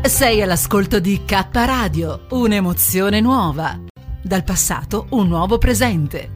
Sei all'ascolto di K Radio, un'emozione nuova. Dal passato un nuovo presente.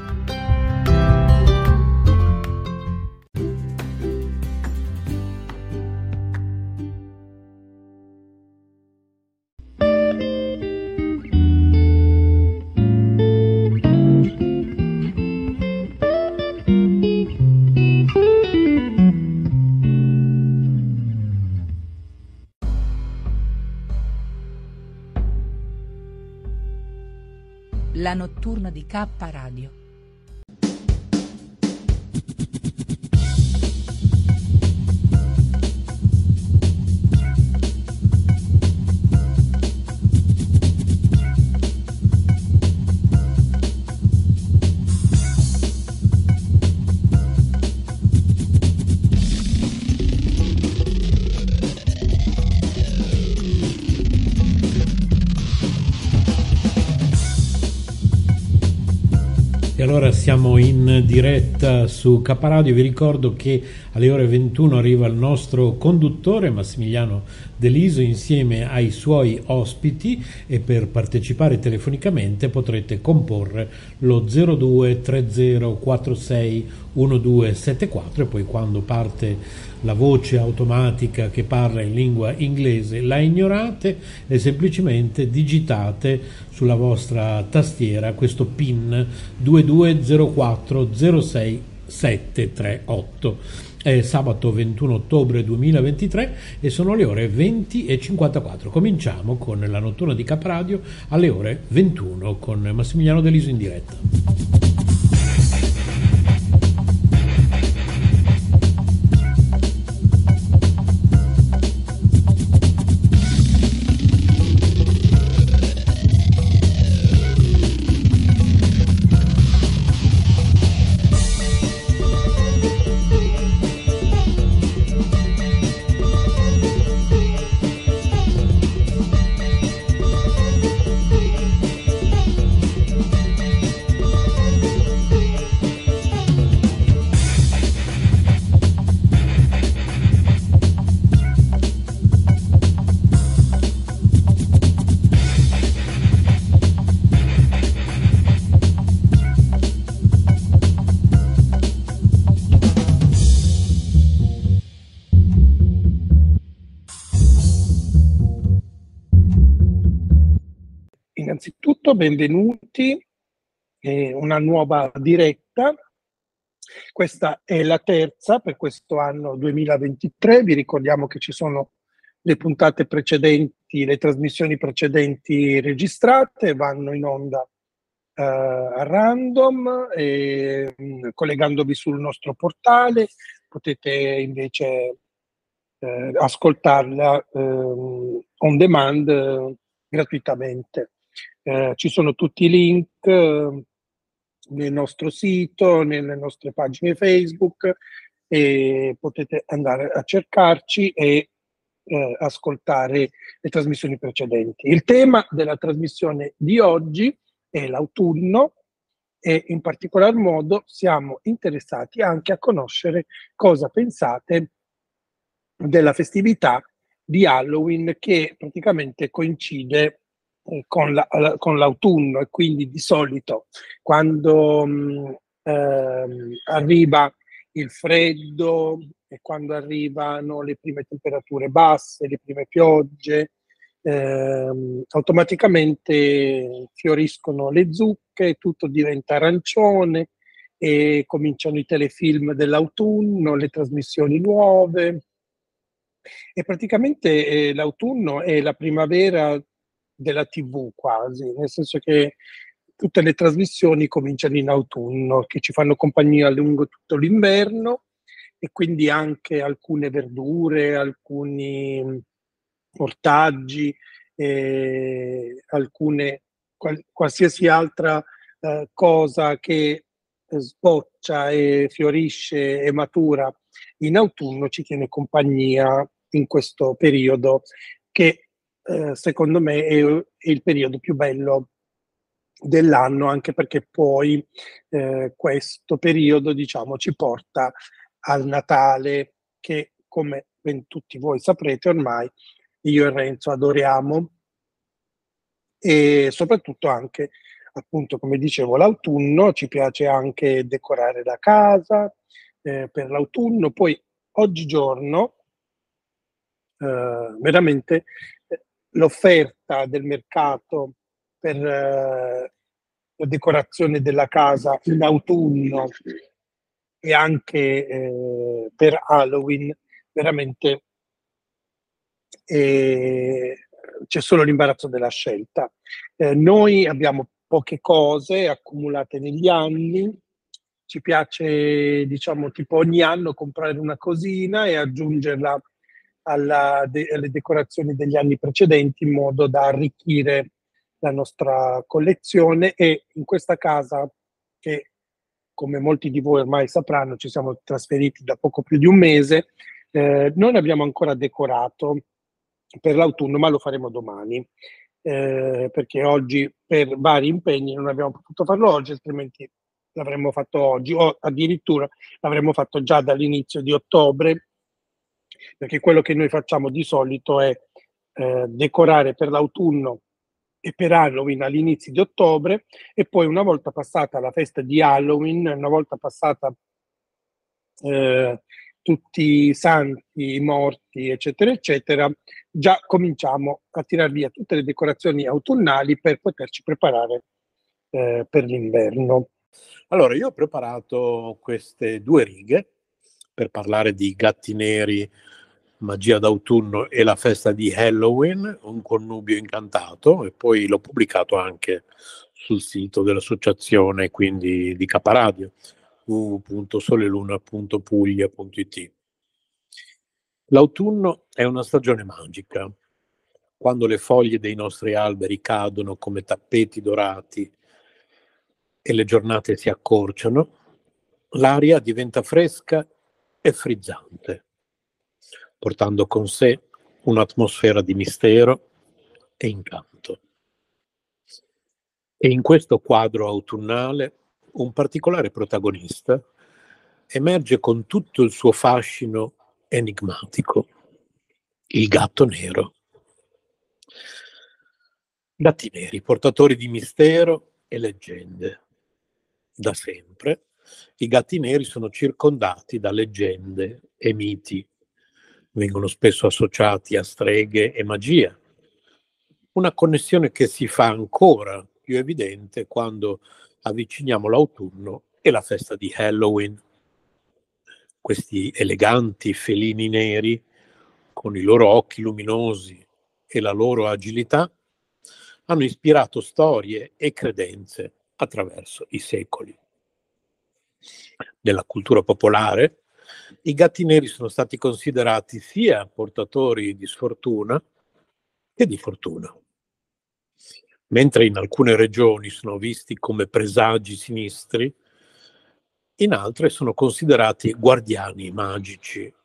La notturna di K Radio. Allora siamo in diretta su K Radio. Vi ricordo che alle ore 21 arriva il nostro conduttore Massimiliano Deliso insieme ai suoi ospiti, e per partecipare telefonicamente potrete comporre lo 0230461274, e poi quando parte la voce automatica che parla in lingua inglese la ignorate e semplicemente digitate sulla vostra tastiera questo PIN 22040678. È sabato 21 ottobre 2023 e sono le ore 20:54. Cominciamo con la notturna di K Radio alle ore 21 con Massimiliano Deliso in diretta. Innanzitutto benvenuti, una nuova diretta. Questa è la terza per questo anno 2023. Vi ricordiamo che ci sono le puntate precedenti, le trasmissioni precedenti registrate, vanno in onda a random, collegandovi sul nostro portale. Potete invece ascoltarla on demand gratuitamente. Ci sono tutti i link nel nostro sito, nelle nostre pagine Facebook, e potete andare a cercarci e ascoltare le trasmissioni precedenti. Il tema della trasmissione di oggi è l'autunno, e in particolar modo siamo interessati anche a conoscere cosa pensate della festività di Halloween, che praticamente coincide con l'autunno, e quindi di solito quando arriva il freddo e quando arrivano le prime temperature basse, le prime piogge, automaticamente fioriscono le zucche, tutto diventa arancione e cominciano i telefilm dell'autunno, le trasmissioni nuove, e praticamente l'autunno è la primavera della TV quasi, nel senso che tutte le trasmissioni cominciano in autunno, che ci fanno compagnia lungo tutto l'inverno, e quindi anche alcune verdure, alcuni ortaggi, qualsiasi altra cosa che sboccia e fiorisce e matura in autunno ci tiene compagnia in questo periodo, che secondo me è il periodo più bello dell'anno, anche perché poi questo periodo, diciamo, ci porta al Natale, che come ben tutti voi saprete ormai io e Renzo adoriamo, e soprattutto anche, appunto, come dicevo, l'autunno. Ci piace anche decorare la casa per l'autunno. Poi oggigiorno veramente l'offerta del mercato per la decorazione della casa in autunno e anche per Halloween, veramente c'è solo l'imbarazzo della scelta. Noi abbiamo poche cose accumulate negli anni, ci piace, diciamo, tipo ogni anno comprare una cosina e aggiungerla alle decorazioni degli anni precedenti, in modo da arricchire la nostra collezione. E in questa casa, che come molti di voi ormai sapranno, ci siamo trasferiti da poco più di un mese, non abbiamo ancora decorato per l'autunno, ma lo faremo domani, perché oggi per vari impegni non abbiamo potuto farlo oggi, altrimenti l'avremmo fatto oggi, o addirittura l'avremmo fatto già dall'inizio di ottobre, perché quello che noi facciamo di solito è decorare per l'autunno e per Halloween all'inizio di ottobre, e poi una volta passata la festa di Halloween, una volta passata tutti i santi, i morti, eccetera, eccetera, già cominciamo a tirar via tutte le decorazioni autunnali per poterci preparare per l'inverno. Allora, io ho preparato queste 2 righe per parlare di Gatti Neri, Magia d'autunno e la festa di Halloween, un connubio incantato, e poi l'ho pubblicato anche sul sito dell'associazione, quindi di Caparadio, www.soleluna.puglia.it. L'autunno è una stagione magica. Quando le foglie dei nostri alberi cadono come tappeti dorati e le giornate si accorciano, l'aria diventa fresca e frizzante, portando con sé un'atmosfera di mistero e incanto. E in questo quadro autunnale un particolare protagonista emerge con tutto il suo fascino enigmatico: il gatto nero. Gatti neri, portatori di mistero e leggende. Da sempre i gatti neri sono circondati da leggende e miti. Vengono spesso associati a streghe e magia. Una connessione che si fa ancora più evidente quando avviciniamo l'autunno e la festa di Halloween. Questi eleganti felini neri, con i loro occhi luminosi e la loro agilità, hanno ispirato storie e credenze attraverso i secoli. Nella cultura popolare, i gatti neri sono stati considerati sia portatori di sfortuna che di fortuna. Mentre in alcune regioni sono visti come presagi sinistri, in altre sono considerati guardiani magici.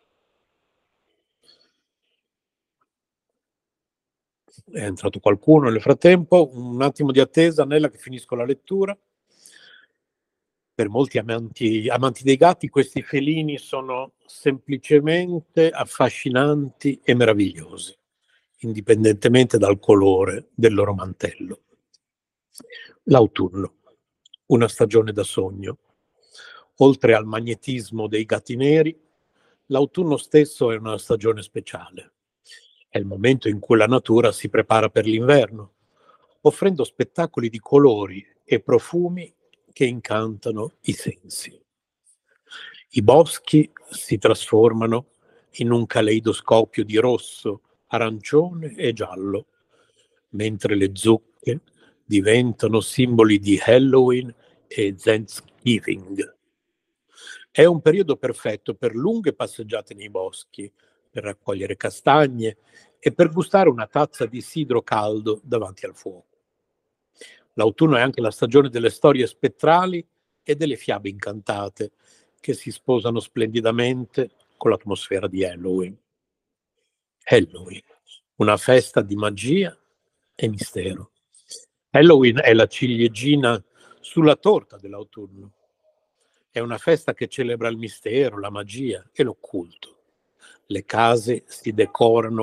È entrato qualcuno nel frattempo, un attimo di attesa, Nella, che finisco la lettura. Per molti amanti dei gatti, questi felini sono semplicemente affascinanti e meravigliosi, indipendentemente dal colore del loro mantello. L'autunno, una stagione da sogno. Oltre al magnetismo dei gatti neri, l'autunno stesso è una stagione speciale. È il momento in cui la natura si prepara per l'inverno, offrendo spettacoli di colori e profumi che incantano i sensi. I boschi si trasformano in un caleidoscopio di rosso, arancione e giallo, mentre le zucche diventano simboli di Halloween e Thanksgiving. È un periodo perfetto per lunghe passeggiate nei boschi, per raccogliere castagne e per gustare una tazza di sidro caldo davanti al fuoco. L'autunno è anche la stagione delle storie spettrali e delle fiabe incantate, che si sposano splendidamente con l'atmosfera di Halloween. Halloween, una festa di magia e mistero. Halloween è la ciliegina sulla torta dell'autunno. È una festa che celebra il mistero, la magia e l'occulto. Le case si decorano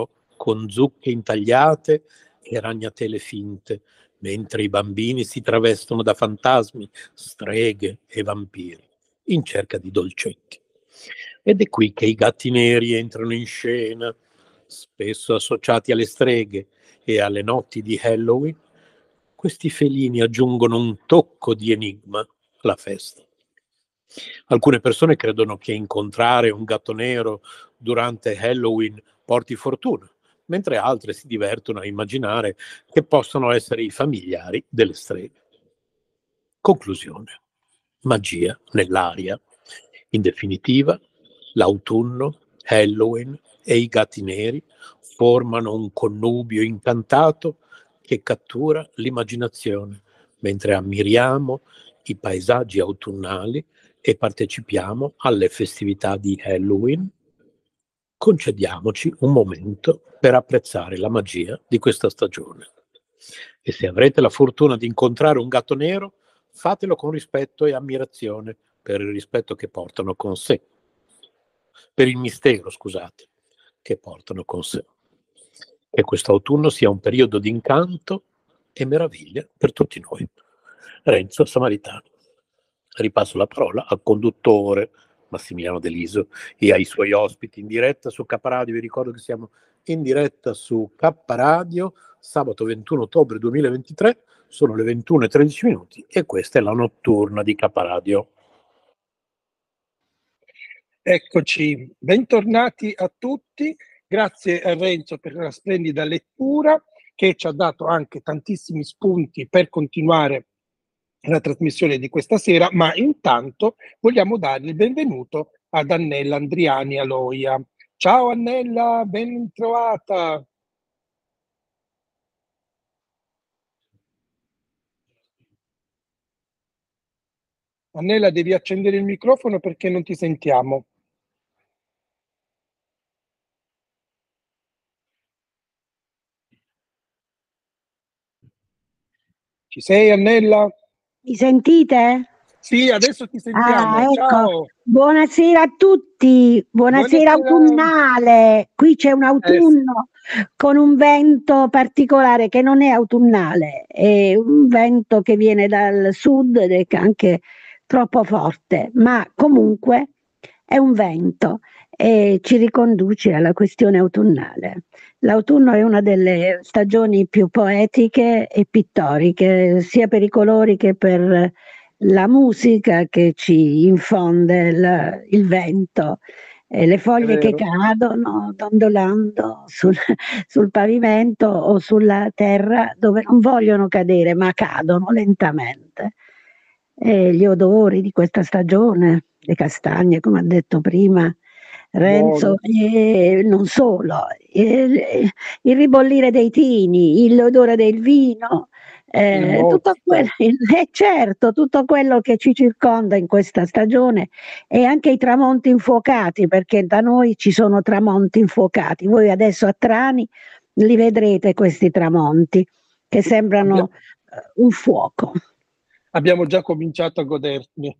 con zucche intagliate e ragnatele finte, mentre i bambini si travestono da fantasmi, streghe e vampiri in cerca di dolcetti. Ed è qui che i gatti neri entrano in scena, spesso associati alle streghe e alle notti di Halloween. Questi felini aggiungono un tocco di enigma alla festa. Alcune persone credono che incontrare un gatto nero durante Halloween porti fortuna, mentre altre si divertono a immaginare che possano essere i familiari delle streghe. Conclusione: magia nell'aria. In definitiva, l'autunno, Halloween e i gatti neri formano un connubio incantato che cattura l'immaginazione, mentre ammiriamo i paesaggi autunnali e partecipiamo alle festività di Halloween. Concediamoci un momento per apprezzare la magia di questa stagione. E se avrete la fortuna di incontrare un gatto nero, fatelo con rispetto e ammirazione per il rispetto che portano con sé. Per il mistero, scusate, che portano con sé. Che questo autunno sia un periodo di incanto e meraviglia per tutti noi. Renzo Samaritano. Ripasso la parola al conduttore Massimiliano Deliso e ai suoi ospiti in diretta su K Radio. Vi ricordo che siamo in diretta su K Radio sabato 21 ottobre 2023, sono le 21:13 e questa è la notturna di K Radio. Eccoci, bentornati a tutti, grazie a Renzo per la splendida lettura che ci ha dato anche tantissimi spunti per continuare la trasmissione di questa sera, ma intanto vogliamo dare il benvenuto ad Annella Andriani Aloia. Ciao Annella, ben trovata. Annella, devi accendere il microfono perché non ti sentiamo. Ci sei, Annella? Mi sentite? Sì, adesso ti sentiamo. Ecco. Ciao. Buonasera a tutti, buonasera autunnale. Qui c'è un autunno con un vento particolare che non è autunnale, è un vento che viene dal sud ed è anche troppo forte, ma comunque è un vento e ci riconduce alla questione autunnale. L'autunno è una delle stagioni più poetiche e pittoriche, sia per i colori che per la musica che ci infonde il vento, le foglie che cadono dondolando sul pavimento o sulla terra dove non vogliono cadere ma cadono lentamente. Gli odori di questa stagione, le castagne come ha detto prima Renzo, non solo, il ribollire dei tini, l'odore del vino, tutto quello che ci circonda in questa stagione e anche i tramonti infuocati, perché da noi ci sono tramonti infuocati. Voi adesso a Trani li vedrete questi tramonti che sembrano un fuoco. Abbiamo già cominciato a goderli.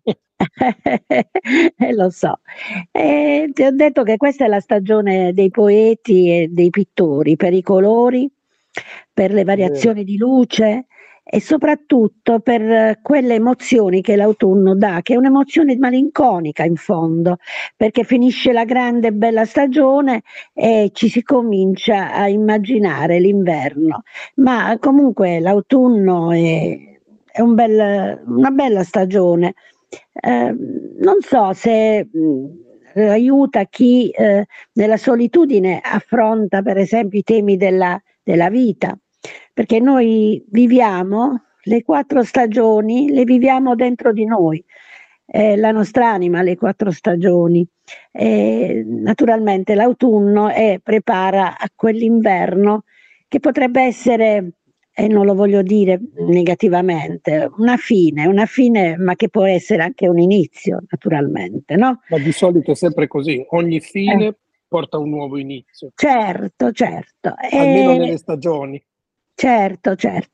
Lo so. Ti ho detto che questa è la stagione dei poeti e dei pittori, per i colori, per le variazioni di luce e soprattutto per quelle emozioni che l'autunno dà, che è un'emozione malinconica in fondo, perché finisce la grande e bella stagione e ci si comincia a immaginare l'inverno. Ma comunque l'autunno è una bella stagione. Non so se aiuta chi nella solitudine affronta per esempio i temi della vita, perché noi viviamo le 4 stagioni, le viviamo dentro di noi, la nostra anima, le 4 stagioni. Naturalmente l'autunno prepara a quell'inverno che potrebbe essere, e non lo voglio dire negativamente, una fine, ma che può essere anche un inizio, naturalmente, no? Ma di solito è sempre così, ogni fine porta un nuovo inizio. Certo. Almeno nelle stagioni. Certo.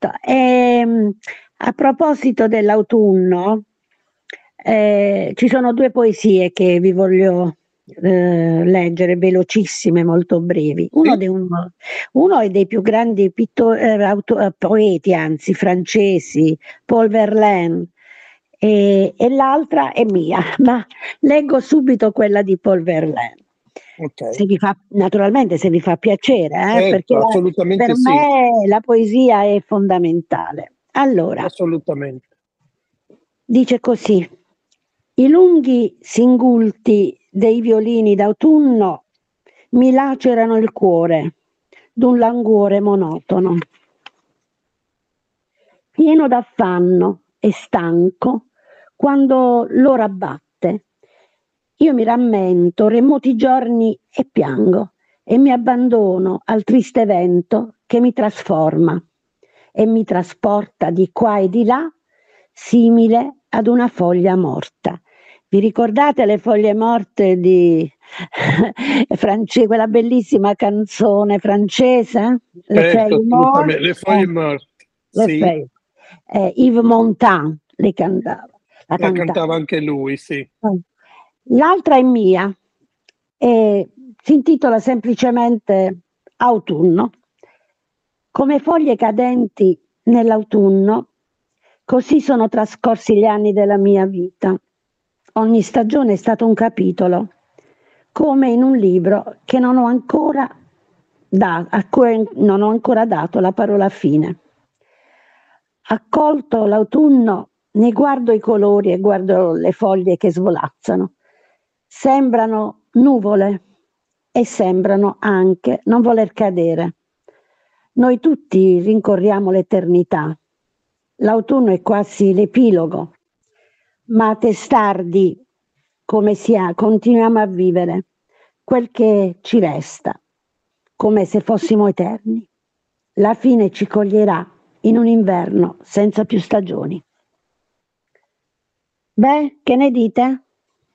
A proposito dell'autunno, ci sono 2 poesie che vi voglio leggere, velocissime, molto brevi. Uno è dei più grandi poeti, anzi, francesi, Paul Verlaine, e l'altra è mia, ma leggo subito quella di Paul Verlaine. Ok. Naturalmente se vi fa piacere, perché assolutamente per sì. me la poesia è fondamentale. Allora, Assolutamente. dice così: i lunghi singulti dei violini d'autunno mi lacerano il cuore d'un languore monotono. Pieno d'affanno e stanco, quando l'ora batte, io mi rammento remoti giorni e piango e mi abbandono al triste vento che mi trasforma e mi trasporta di qua e di là, simile ad una foglia morta. Vi ricordate le foglie morte di quella bellissima canzone francese? Le Certo, Feuilles Mortes? assolutamente. Le foglie morte. Le Sì, Feuilles. Yves Montand le cantava. la cantava anche lui, sì. L'altra è mia, si intitola semplicemente Autunno. Come foglie cadenti nell'autunno, così sono trascorsi gli anni della mia vita. Ogni stagione è stato un capitolo, come in un libro che non ho ancora a cui non ho ancora dato la parola fine. Accolto l'autunno, ne guardo i colori e guardo le foglie che svolazzano. Sembrano nuvole e sembrano anche non voler cadere. Noi tutti rincorriamo l'eternità. L'autunno è quasi l'epilogo, ma testardi come si ha, continuiamo a vivere quel che ci resta, come se fossimo eterni. La fine ci coglierà in un inverno senza più stagioni. Beh, che ne dite?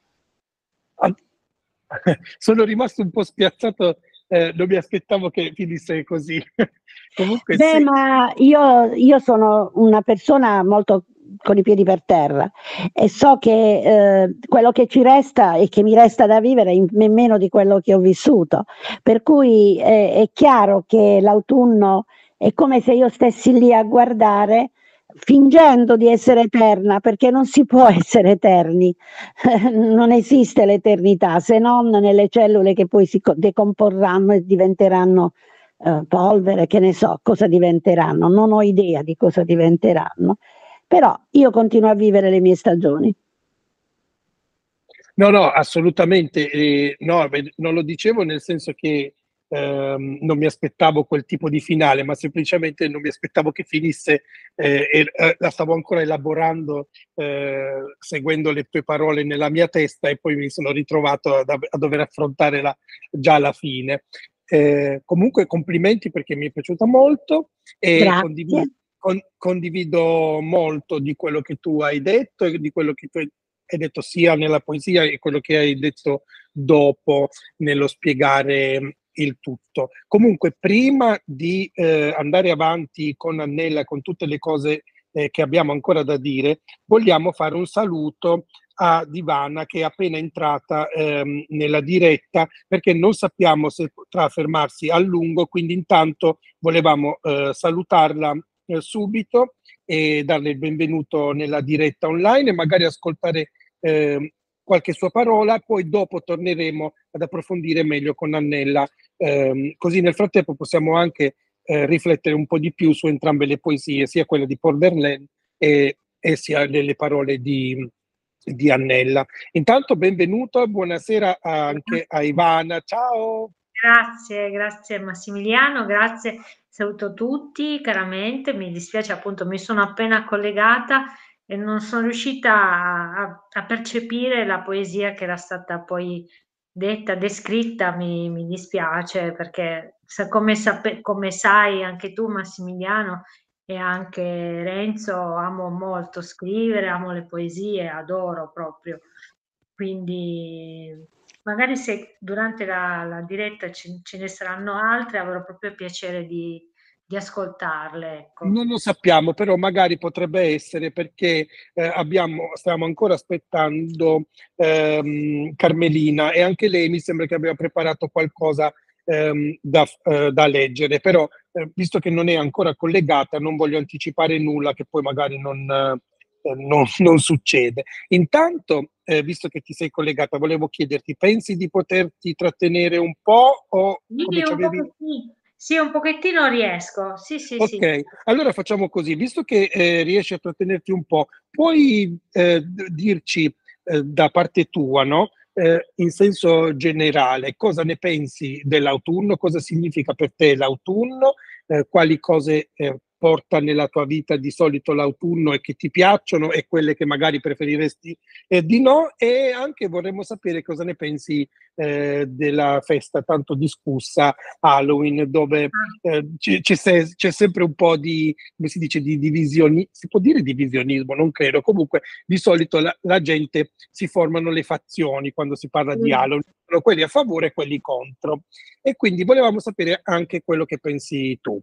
Sono rimasto un po' spiazzato, non mi aspettavo che finisse così. Comunque Beh, sì. ma io sono una persona molto con i piedi per terra e so che quello che ci resta e che mi resta da vivere è meno di quello che ho vissuto. Per cui è chiaro che l'autunno è come se io stessi lì a guardare fingendo di essere eterna, perché non si può essere eterni, non esiste l'eternità se non nelle cellule che poi si decomporranno e diventeranno polvere, che ne so cosa diventeranno, non ho idea di cosa diventeranno, però io continuo a vivere le mie stagioni. No, assolutamente. No, non lo dicevo nel senso che non mi aspettavo quel tipo di finale, ma semplicemente non mi aspettavo che finisse la stavo ancora elaborando, seguendo le tue parole nella mia testa e poi mi sono ritrovato a dover affrontare già la fine. Comunque complimenti perché mi è piaciuta molto e Grazie. condivido molto di quello che tu hai detto e di quello che tu hai detto sia nella poesia e quello che hai detto dopo nello spiegare il tutto. Comunque, prima di andare avanti con Annella, con tutte le cose che abbiamo ancora da dire, vogliamo fare un saluto a Divana che è appena entrata nella diretta perché non sappiamo se potrà fermarsi a lungo, quindi intanto volevamo salutarla subito e darle il benvenuto nella diretta online e magari ascoltare qualche sua parola, poi dopo torneremo ad approfondire meglio con Annella, così nel frattempo possiamo anche riflettere un po' di più su entrambe le poesie, sia quella di Paul Verlaine e sia le parole di Annella. Intanto benvenuto, buonasera anche a Ivana, ciao! Grazie Massimiliano, grazie, saluto tutti caramente, mi dispiace appunto, mi sono appena collegata e non sono riuscita a percepire la poesia che era stata poi detta, descritta, mi dispiace perché come sai anche tu Massimiliano e anche Renzo, amo molto scrivere, amo le poesie, adoro proprio, quindi magari se durante la diretta ce ne saranno altre, avrò proprio piacere di ascoltarle, ecco. Non lo sappiamo, però magari potrebbe essere perché stiamo ancora aspettando Carmelina, e anche lei mi sembra che aveva preparato qualcosa da leggere, però visto che non è ancora collegata non voglio anticipare nulla che poi magari non succede. Intanto, visto che ti sei collegata, volevo chiederti, pensi di poterti trattenere un po' o come ci avevi... Sì, un pochettino riesco. Sì, sì, Ok, sì. allora facciamo così, visto che riesci a trattenerti un po', puoi dirci da parte tua, no? In senso generale, cosa ne pensi dell'autunno? Cosa significa per te l'autunno? Quali cose porta nella tua vita di solito l'autunno e che ti piacciono, e quelle che magari preferiresti di no? E anche vorremmo sapere cosa ne pensi della festa tanto discussa Halloween, dove c'è sempre un po' di, come si dice, di divisioni, si può dire divisionismo, non credo, comunque di solito la gente si formano le fazioni quando si parla di Halloween, quelli a favore e quelli contro, e quindi volevamo sapere anche quello che pensi tu.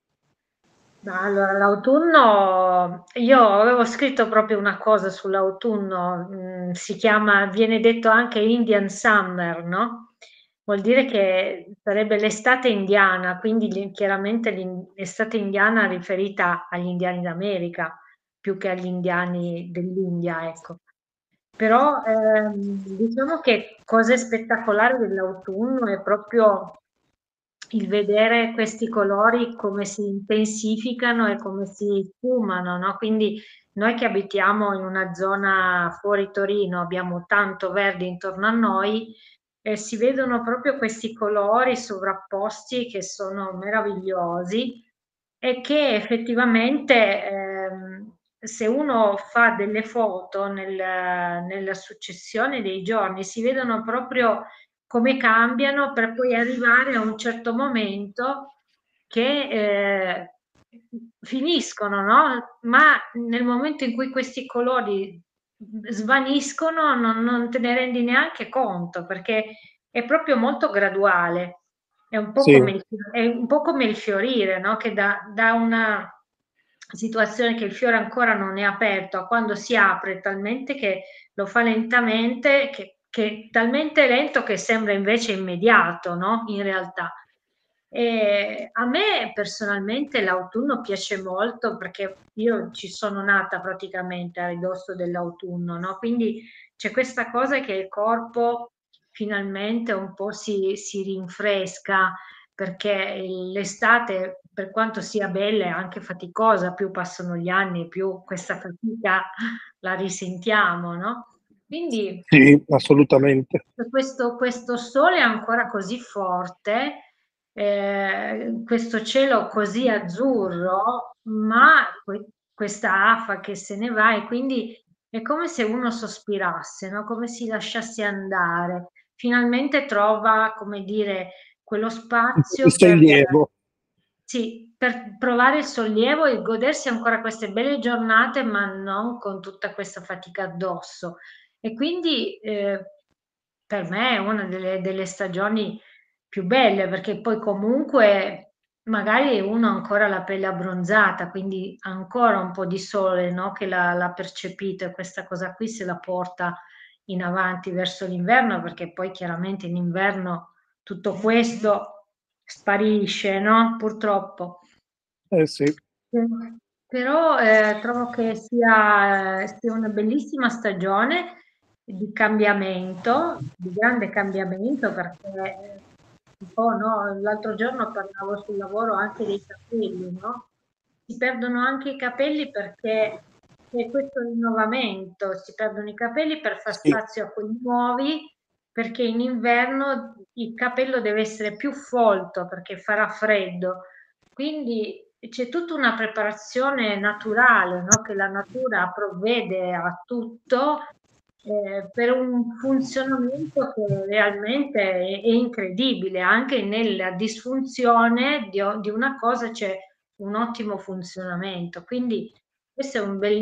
Allora, l'autunno, io avevo scritto proprio una cosa sull'autunno, viene detto anche Indian Summer, no? Vuol dire che sarebbe l'estate indiana, quindi chiaramente l'estate indiana riferita agli indiani d'America, più che agli indiani dell'India, ecco. Però diciamo che cosa spettacolare dell'autunno è proprio il vedere questi colori come si intensificano e come si sfumano, no? Quindi noi che abitiamo in una zona fuori Torino, abbiamo tanto verde intorno a noi, e si vedono proprio questi colori sovrapposti che sono meravigliosi e che effettivamente se uno fa delle foto nella successione dei giorni si vedono proprio come cambiano per poi arrivare a un certo momento che finiscono, no? Ma nel momento in cui questi colori svaniscono non te ne rendi neanche conto, perché è proprio molto graduale. È un po' Sì. è un po' come il fiorire, no? Che da una situazione che il fiore ancora non è aperto a quando si apre talmente che lo fa lentamente, che è talmente lento che sembra invece immediato, no? In realtà. E a me personalmente l'autunno piace molto perché io ci sono nata praticamente a ridosso dell'autunno, no? Quindi c'è questa cosa che il corpo finalmente un po' si rinfresca, perché l'estate, per quanto sia bella, è anche faticosa, più passano gli anni, più questa fatica la risentiamo, no? Quindi Sì, assolutamente. questo sole ancora così forte, questo cielo così azzurro, ma questa afa che se ne va, e quindi è come se uno sospirasse, no? Come si lasciasse andare. Finalmente trova, come dire, quello Un po' di spazio sollievo. sì, per provare il sollievo e godersi ancora queste belle giornate, ma non con tutta questa fatica addosso. E quindi per me è una delle stagioni più belle, perché poi comunque magari uno ha ancora la pelle abbronzata, quindi ha ancora un po' di sole, no? Che l'ha percepito, e questa cosa qui se la porta in avanti verso l'inverno, perché poi chiaramente in inverno tutto questo sparisce, no? Purtroppo. Sì. Però trovo che sia una bellissima stagione di cambiamento, di grande cambiamento, perché un po', no? L'altro giorno parlavo sul lavoro anche dei capelli, no? Si perdono anche i capelli perché c'è questo rinnovamento, si perdono i capelli per far Sì. spazio a quelli nuovi, perché in inverno il capello deve essere più folto perché farà freddo. Quindi c'è tutta una preparazione naturale, no? Che la natura provvede a tutto per un funzionamento che realmente è incredibile. Anche nella disfunzione di una cosa c'è un ottimo funzionamento. Quindi questo è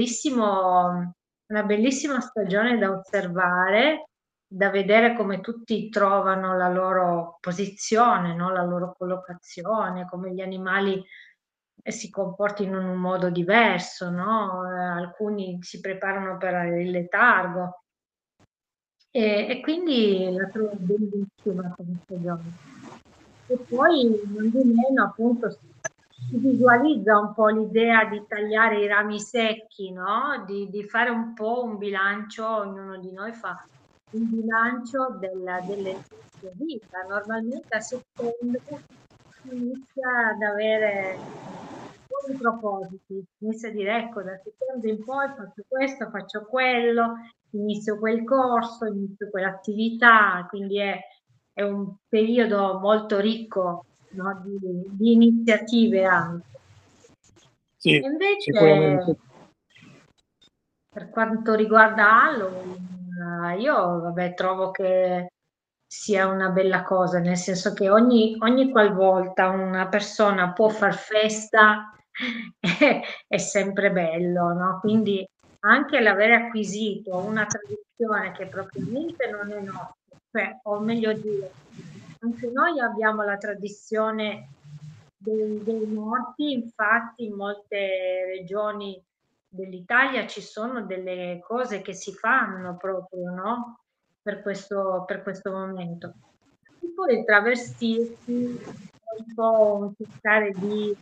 una bellissima stagione da osservare, da vedere come tutti trovano la loro posizione, no? La loro collocazione, come gli animali si comportino in un modo diverso, no? Alcuni si preparano per il letargo e quindi la trovo bellissima come stagione. E poi non di meno appunto si visualizza un po' l'idea di tagliare i rami secchi, no? Di fare un po' un bilancio, ognuno di noi fa un bilancio delle sue vita. Normalmente a settembre si inizia ad avere buoni propositi, inizia a dire ecco da settembre in poi faccio questo, faccio quello, inizio quel corso, inizio quell'attività, quindi è un periodo molto ricco, no, di iniziative anche. Sì, E invece, sicuramente. per quanto riguarda Halloween, io vabbè, trovo che sia una bella cosa, nel senso che ogni qualvolta una persona può far festa è sempre bello, no? Quindi anche l'avere acquisito una tradizione che propriamente non è nostra, cioè, o meglio dire, anche noi abbiamo la tradizione dei morti, infatti in molte regioni dell'Italia ci sono delle cose che si fanno proprio, no? Per questo momento. E poi travestirsi un po' cercare di,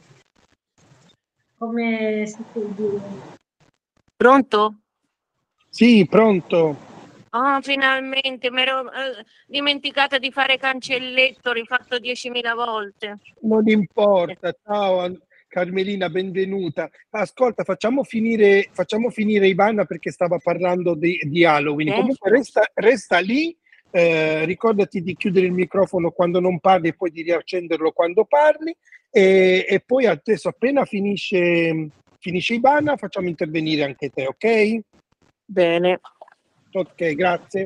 come si può dire? Pronto? Sì, pronto. Ah, finalmente, mi ero dimenticata di fare cancelletto, rifatto 10.000 volte. Non importa, ciao Carmelina, benvenuta. Ascolta, facciamo finire Ivana perché stava parlando di Halloween. Comunque resta lì, ricordati di chiudere il microfono quando non parli e poi di riaccenderlo quando parli e poi adesso appena finisce Ivana facciamo intervenire anche te, ok? Bene. Ok, grazie.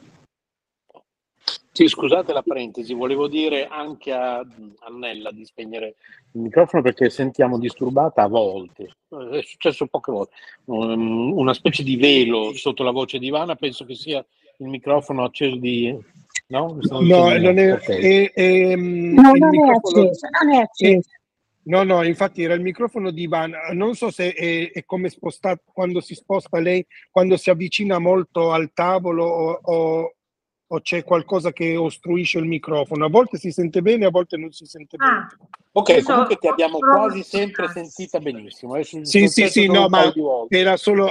Sì, scusate la parentesi, volevo dire anche a Annella di spegnere il microfono perché sentiamo disturbata a volte, è successo poche volte, una specie di velo sotto la voce di Ivana, penso che sia il microfono acceso di... No? No, non è, okay. No, non è acceso, non è acceso. No, infatti era il microfono di Ivana, non so se è come spostato, quando si sposta lei, quando si avvicina molto al tavolo o c'è qualcosa che ostruisce il microfono, a volte si sente bene, a volte non si sente bene. Ok, comunque ti abbiamo quasi sempre sentita benissimo. Sì, no, ma era solo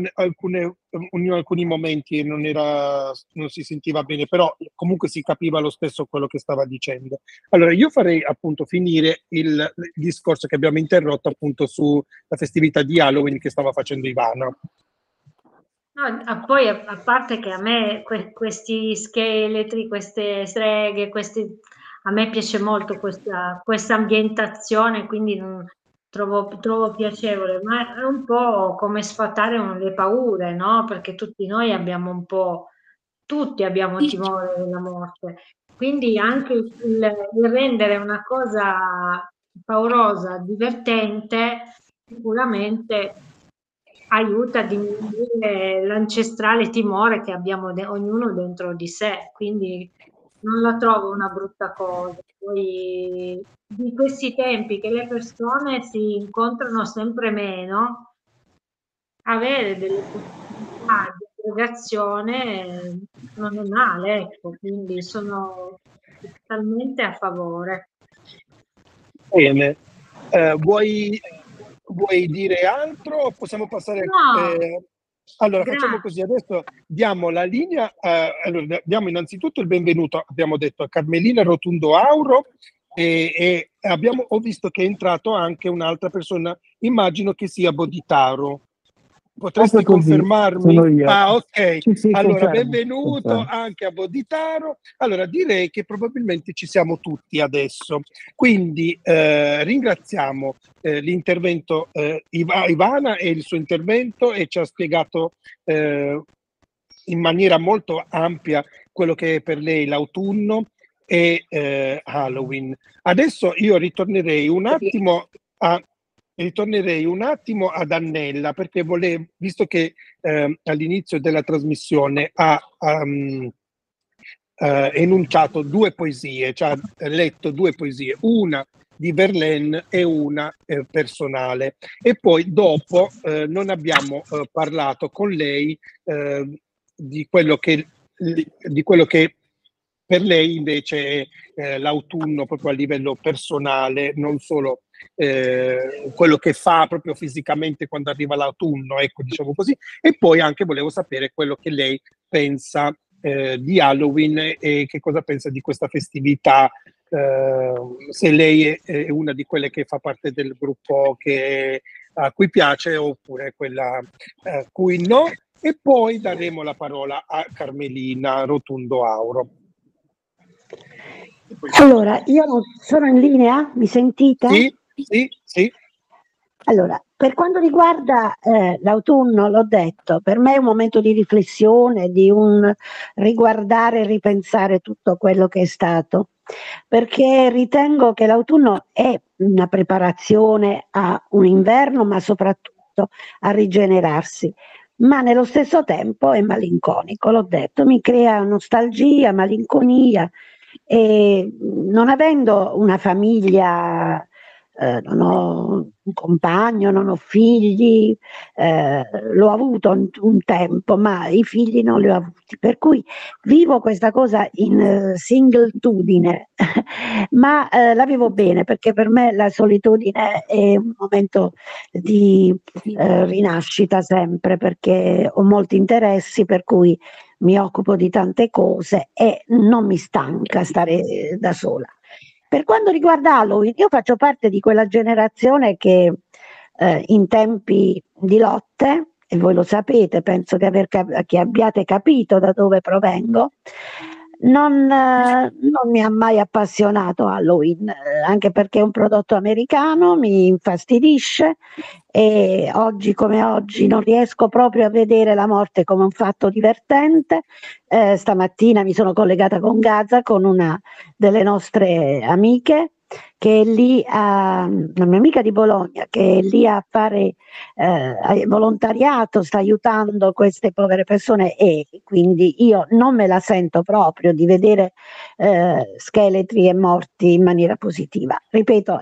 in alcuni momenti e non si sentiva bene, però comunque si capiva lo stesso quello che stava dicendo. Allora, io farei appunto finire il discorso che abbiamo interrotto appunto sulla festività di Halloween che stava facendo Ivana. No, poi a parte che a me questi scheletri, queste streghe, a me piace molto questa ambientazione, quindi trovo piacevole, ma è un po' come sfatare le paure, no? Perché tutti noi abbiamo tutti abbiamo timore della morte. Quindi anche il rendere una cosa paurosa, divertente, sicuramente aiuta a diminuire l'ancestrale timore che abbiamo ognuno dentro di sé, quindi non la trovo una brutta cosa. Poi di questi tempi che le persone si incontrano sempre meno, avere delle possibilità di aggregazione non è male, ecco, quindi sono totalmente a favore. Bene, vuoi dire altro o possiamo passare? No. Allora, facciamo così, adesso diamo la linea, allora, diamo innanzitutto il benvenuto, abbiamo detto, a Carmelina Rotundo Auro e ho visto che è entrato anche un'altra persona, immagino che sia Boditaro. Potresti confermarmi? Sono io. Ah, ok. Sì, allora, confermo, benvenuto anche a Boditaro. Allora, direi che probabilmente ci siamo tutti adesso. Quindi ringraziamo l'intervento Ivana e il suo intervento e ci ha spiegato in maniera molto ampia quello che è per lei l'autunno e Halloween. Adesso io ritornerei un attimo ad Annella perché visto che all'inizio della trasmissione enunciato 2 poesie, cioè ha letto 2 poesie, una di Verlaine e una personale, e poi dopo non abbiamo parlato con lei di quello che per lei invece è l'autunno proprio a livello personale, non solo quello che fa proprio fisicamente quando arriva l'autunno, ecco, diciamo così, e poi anche volevo sapere quello che lei pensa di Halloween e che cosa pensa di questa festività, se lei è una di quelle che fa parte del gruppo a cui piace oppure quella a cui no, e poi daremo la parola a Carmelina Rotundo Auro. Allora, io sono in linea? Mi sentite? Sì. Allora, per quanto riguarda l'autunno, l'ho detto, per me è un momento di riflessione, di un riguardare e ripensare tutto quello che è stato, perché ritengo che l'autunno è una preparazione a un inverno, ma soprattutto a rigenerarsi. Ma nello stesso tempo è malinconico, l'ho detto, mi crea nostalgia, malinconia, e non avendo una famiglia, non ho un compagno, non ho figli, l'ho avuto un tempo, ma i figli non li ho avuti, per cui vivo questa cosa in singletudine, ma la vivo bene, perché per me la solitudine è un momento di rinascita sempre, perché ho molti interessi, per cui mi occupo di tante cose e non mi stanca stare da sola. Per quanto riguarda Halloween, io faccio parte di quella generazione che in tempi di lotte, e voi lo sapete, penso che abbiate capito da dove provengo, non mi ha mai appassionato Halloween, anche perché è un prodotto americano, mi infastidisce, e oggi come oggi non riesco proprio a vedere la morte come un fatto divertente. Stamattina mi sono collegata con Gaza, con una delle nostre amiche che è lì, una mia amica di Bologna, che è lì a fare volontariato, sta aiutando queste povere persone, e quindi io non me la sento proprio di vedere scheletri e morti in maniera positiva. Ripeto,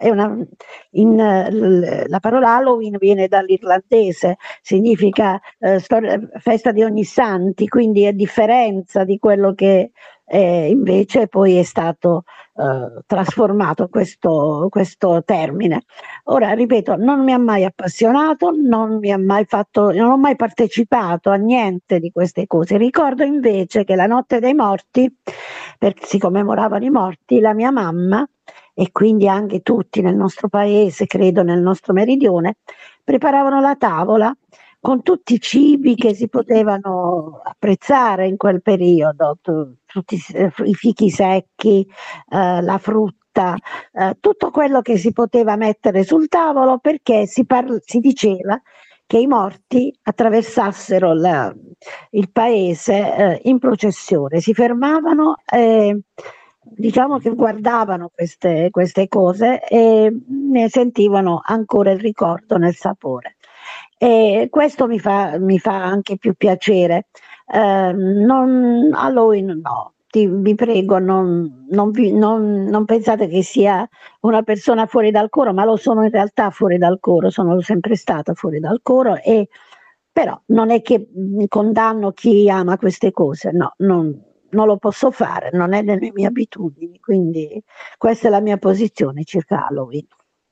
la parola Halloween viene dall'irlandese, significa festa di ogni santi, quindi è differenza di quello che invece poi è stato trasformato questo termine. Ora, ripeto, non mi ha mai appassionato, non ho mai partecipato a niente di queste cose. Ricordo invece che la notte dei morti, si commemoravano i morti, la mia mamma, e quindi anche tutti nel nostro paese, credo nel nostro meridione, preparavano la tavola con tutti i cibi che si potevano apprezzare in quel periodo, tutti i fichi secchi, la frutta, tutto quello che si poteva mettere sul tavolo, perché si diceva che i morti attraversassero il paese in processione, si fermavano, diciamo che guardavano queste cose e ne sentivano ancora il ricordo nel sapore. E questo mi fa anche più piacere. Halloween no, vi prego, non pensate che sia una persona fuori dal coro, ma lo sono in realtà fuori dal coro, sono sempre stata fuori dal coro, e però non è che condanno chi ama queste cose, no, non lo posso fare, non è nelle mie abitudini, quindi questa è la mia posizione circa Halloween.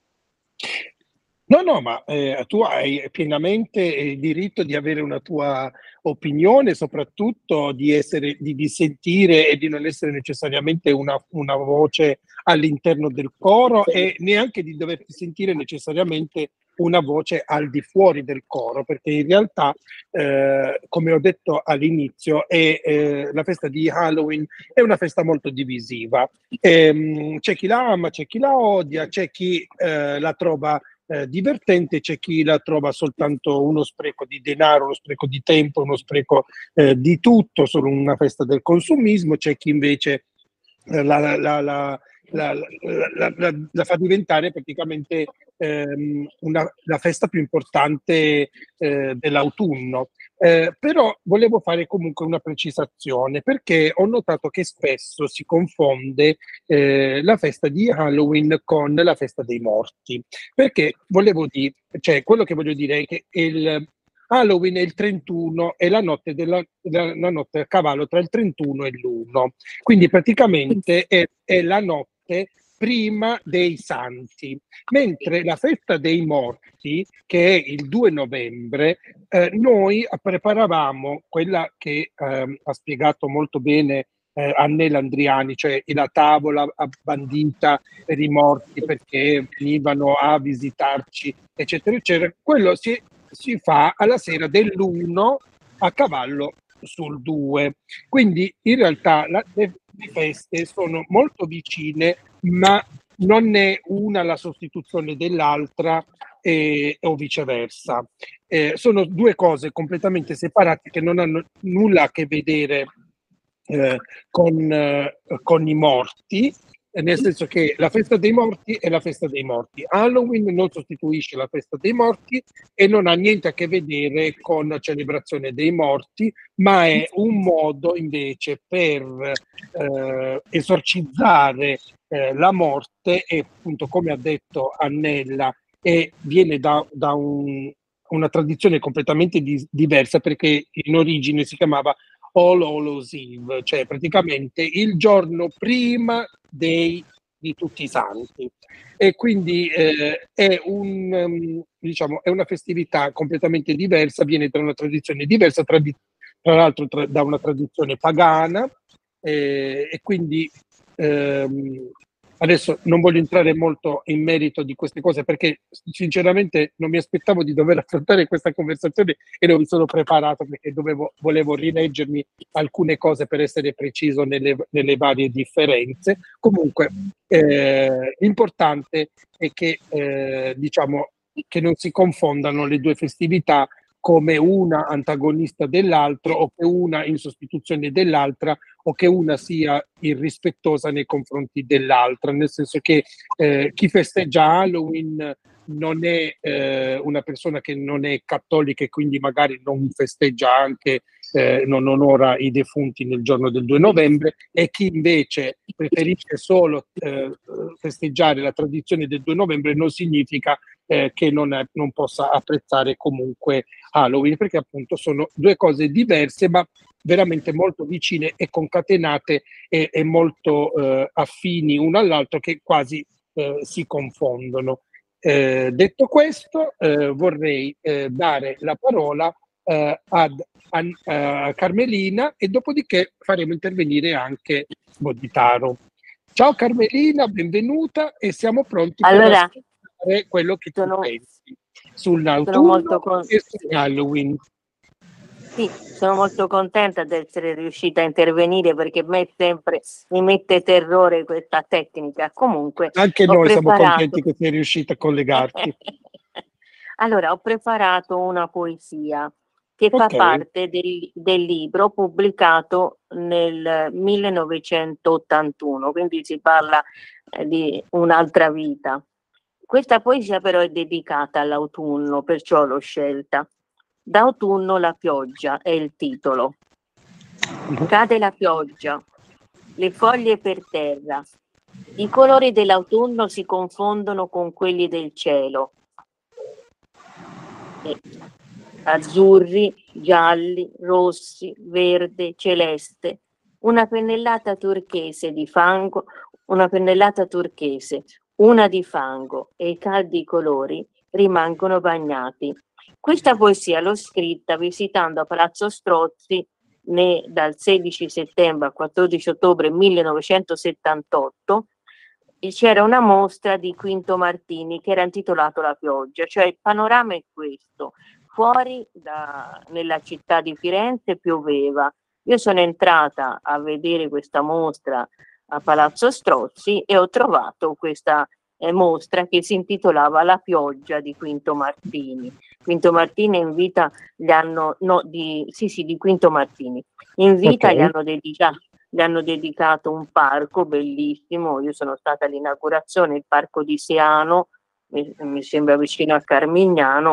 No, ma tu hai pienamente il diritto di avere una tua opinione, soprattutto di sentire e di non essere necessariamente una voce all'interno del coro, e neanche di doverti sentire necessariamente una voce al di fuori del coro, perché in realtà, come ho detto all'inizio, la festa di Halloween è una festa molto divisiva. C'è chi la ama, c'è chi la odia, c'è chi la trova divertente, c'è chi la trova soltanto uno spreco di denaro, uno spreco di tempo, uno spreco di tutto, solo una festa del consumismo, c'è chi invece la fa diventare praticamente la festa più importante dell'autunno. Però volevo fare comunque una precisazione, perché ho notato che spesso si confonde la festa di Halloween con la festa dei morti. Perché volevo dire, cioè quello che voglio dire è che Halloween è il 31, è la notte, la notte a cavallo tra il 31 e l'1. Quindi praticamente è la notte prima dei santi, mentre la festa dei morti, che è il 2 novembre, noi preparavamo quella che ha spiegato molto bene Annella Andriani, cioè la tavola bandita per i morti perché venivano a visitarci, eccetera, eccetera. Quello si fa alla sera dell'1 a cavallo sul 2. Quindi in realtà le feste sono molto vicine, ma non è una la sostituzione dell'altra o viceversa. Sono due cose completamente separate che non hanno nulla a che vedere con i morti, nel senso che la festa dei morti è la festa dei morti. Halloween non sostituisce la festa dei morti e non ha niente a che vedere con la celebrazione dei morti, ma è un modo invece per esorcizzare la morte e appunto, come ha detto Annella, viene da una tradizione completamente diversa, perché in origine si chiamava All Hallows Eve, cioè praticamente il giorno prima di tutti i santi, e quindi diciamo, è una festività completamente diversa, viene da una tradizione diversa, tra l'altro da una tradizione pagana, e quindi adesso non voglio entrare molto in merito di queste cose, perché sinceramente non mi aspettavo di dover affrontare questa conversazione e non mi sono preparato, perché volevo rileggermi alcune cose per essere preciso nelle varie differenze. Comunque l'importante è che diciamo che non si confondano le due festività come una antagonista dell'altro, o che una in sostituzione dell'altra, o che una sia irrispettosa nei confronti dell'altra, nel senso che chi festeggia Halloween non è una persona che non è cattolica e quindi magari non festeggia anche, non onora i defunti nel giorno del 2 novembre, e chi invece preferisce solo festeggiare la tradizione del 2 novembre non significa che non possa apprezzare comunque Halloween, perché appunto sono due cose diverse ma veramente molto vicine e concatenate e molto affini uno all'altro, che quasi si confondono. Detto questo, vorrei dare la parola a Carmelina, e dopodiché faremo intervenire anche Boditaro. Ciao Carmelina, benvenuta, e siamo pronti per ascoltare quello che tu pensi sull'autunno e su Halloween. Sì, sono molto contenta di essere riuscita a intervenire, perché mi mette terrore questa tecnica. Comunque, anche noi siamo contenti che sei riuscita a collegarti. Allora, ho preparato una poesia che fa parte del libro pubblicato nel 1981, quindi si parla di un'altra vita. Questa poesia però è dedicata all'autunno, perciò l'ho scelta. D'autunno la pioggia è il titolo. Cade la pioggia, le foglie per terra, i colori dell'autunno si confondono con quelli del cielo. Azzurri, gialli, rossi, verde, celeste, una pennellata turchese di fango, una di fango, e i caldi colori rimangono bagnati. Questa poesia l'ho scritta visitando a Palazzo Strozzi dal 16 settembre al 14 ottobre 1978. C'era una mostra di Quinto Martini che era intitolato La pioggia, cioè il panorama è questo: fuori nella città di Firenze pioveva. Io sono entrata a vedere questa mostra a Palazzo Strozzi e ho trovato questa mostra che si intitolava La pioggia di Quinto Martini. Quinto Martini in vita di Quinto Martini. In vita gli hanno dedicato un parco bellissimo. Io sono stata all'inaugurazione, il parco di Siano, mi sembra vicino a Carmignano,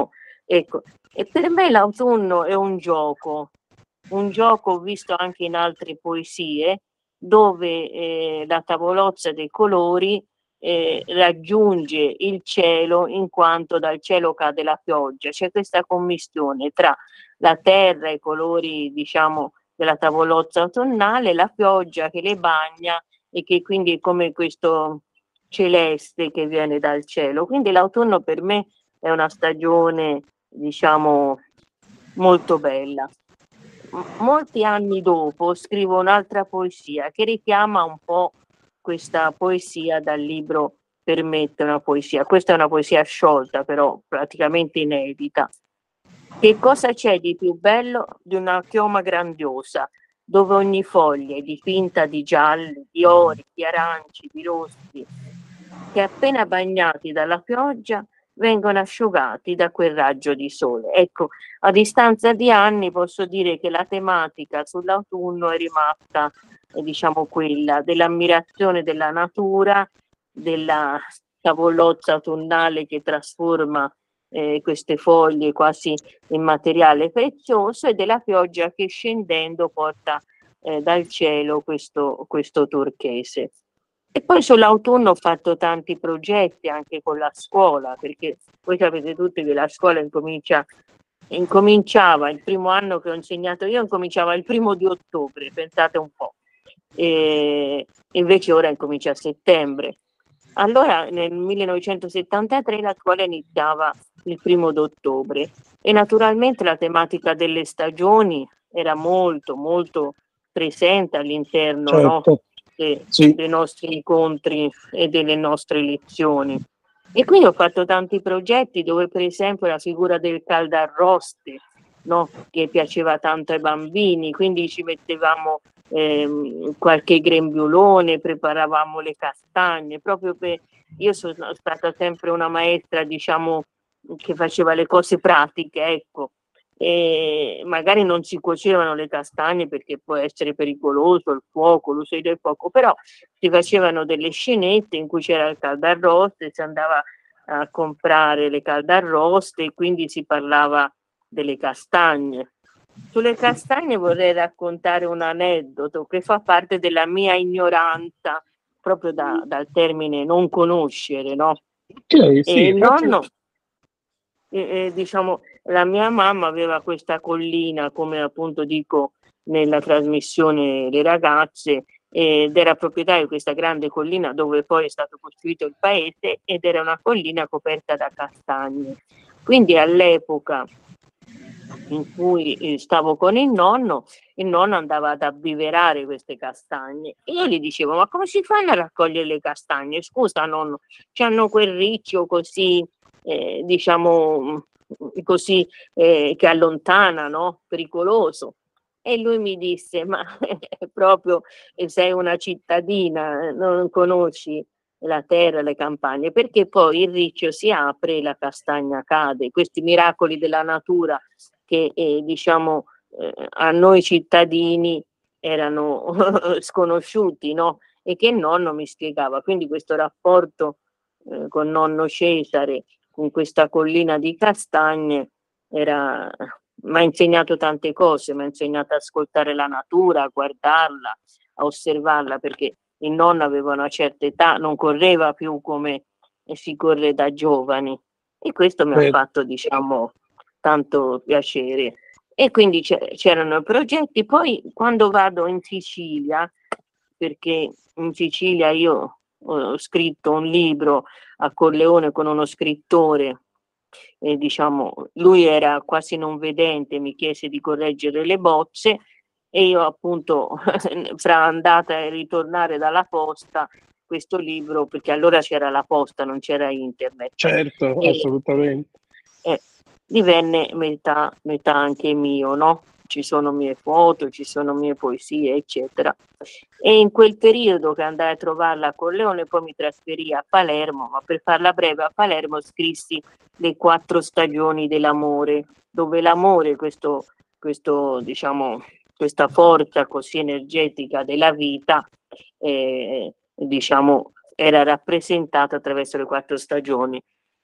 Ecco, e per me l'autunno è un gioco visto anche in altre poesie, dove la tavolozza dei colori raggiunge il cielo in quanto dal cielo cade la pioggia. C'è questa commistione tra la terra, i colori, diciamo, della tavolozza autunnale, la pioggia che le bagna e che quindi è come questo celeste che viene dal cielo. Quindi l'autunno per me è una stagione, diciamo, molto bella. Molti anni dopo scrivo un'altra poesia che richiama un po' questa poesia dal libro Permette una poesia. Questa è una poesia sciolta, però praticamente inedita. Che cosa c'è di più bello di una chioma grandiosa, dove ogni foglia è dipinta di gialli, di ori, di aranci, di rossi, che appena bagnati dalla pioggia vengono asciugati da quel raggio di sole. Ecco, a distanza di anni posso dire che la tematica sull'autunno è rimasta, diciamo, quella dell'ammirazione della natura, della tavolozza autunnale che trasforma queste foglie quasi in materiale prezioso, e della pioggia che scendendo porta dal cielo questo turchese. E poi sull'autunno ho fatto tanti progetti anche con la scuola, perché voi sapete tutti che la scuola incominciava il primo anno che ho insegnato io, incominciava il 1° ottobre, pensate un po', e invece ora incomincia a settembre. Allora nel 1973 la scuola iniziava il 1° ottobre e naturalmente la tematica delle stagioni era molto molto presente all'interno, certo. no? Dei nostri incontri e delle nostre lezioni. E quindi ho fatto tanti progetti dove per esempio la figura del caldarroste, no? Che piaceva tanto ai bambini, quindi ci mettevamo qualche grembiulone, preparavamo le castagne, proprio per... Io sono stata sempre una maestra, diciamo, che faceva le cose pratiche, ecco. E magari non si cuocevano le castagne perché può essere pericoloso il fuoco, l'uso del fuoco, però si facevano delle scenette in cui c'era il caldarroste, si andava a comprare le caldarroste e quindi si parlava delle castagne. Sulle castagne vorrei raccontare un aneddoto che fa parte della mia ignoranza, proprio dal termine non conoscere, no? Okay, sì, E il nonno, diciamo, la mia mamma aveva questa collina, come appunto dico nella trasmissione Le ragazze, ed era proprietario di questa grande collina dove poi è stato costruito il paese, ed era una collina coperta da castagne. Quindi all'epoca in cui stavo con il nonno andava ad abbiverare queste castagne e io gli dicevo: ma come si fanno a raccogliere le castagne? Scusa nonno, c'hanno quel riccio così, diciamo così, che allontana, no? Pericoloso. E lui mi disse: ma proprio sei una cittadina, non conosci la terra, le campagne, perché poi il riccio si apre e la castagna cade. Questi miracoli della natura che diciamo a noi cittadini erano sconosciuti, no? E che il nonno mi spiegava. Quindi questo rapporto con nonno Cesare, con questa collina di castagne, mi ha insegnato tante cose, mi ha insegnato ad ascoltare la natura, a guardarla, a osservarla, perché il nonno aveva una certa età, non correva più come si corre da giovani, e questo mi ha fatto, diciamo, tanto piacere. E quindi c'erano progetti. Poi quando vado in Sicilia, perché in Sicilia io ho scritto un libro a Corleone con uno scrittore, e diciamo lui era quasi non vedente, mi chiese di correggere le bozze e io appunto fra andata e ritornare dalla posta questo libro, perché allora c'era la posta, non c'era internet. Certo, assolutamente. Divenne metà anche mio, no? Ci sono mie foto, ci sono mie poesie, eccetera. E in quel periodo che andai a trovarla a Corleone, poi mi trasferì a Palermo, ma per farla breve a Palermo scrissi Le 4 stagioni dell'amore, dove l'amore, questo diciamo, questa forza così energetica della vita, diciamo, era rappresentata attraverso le 4 stagioni.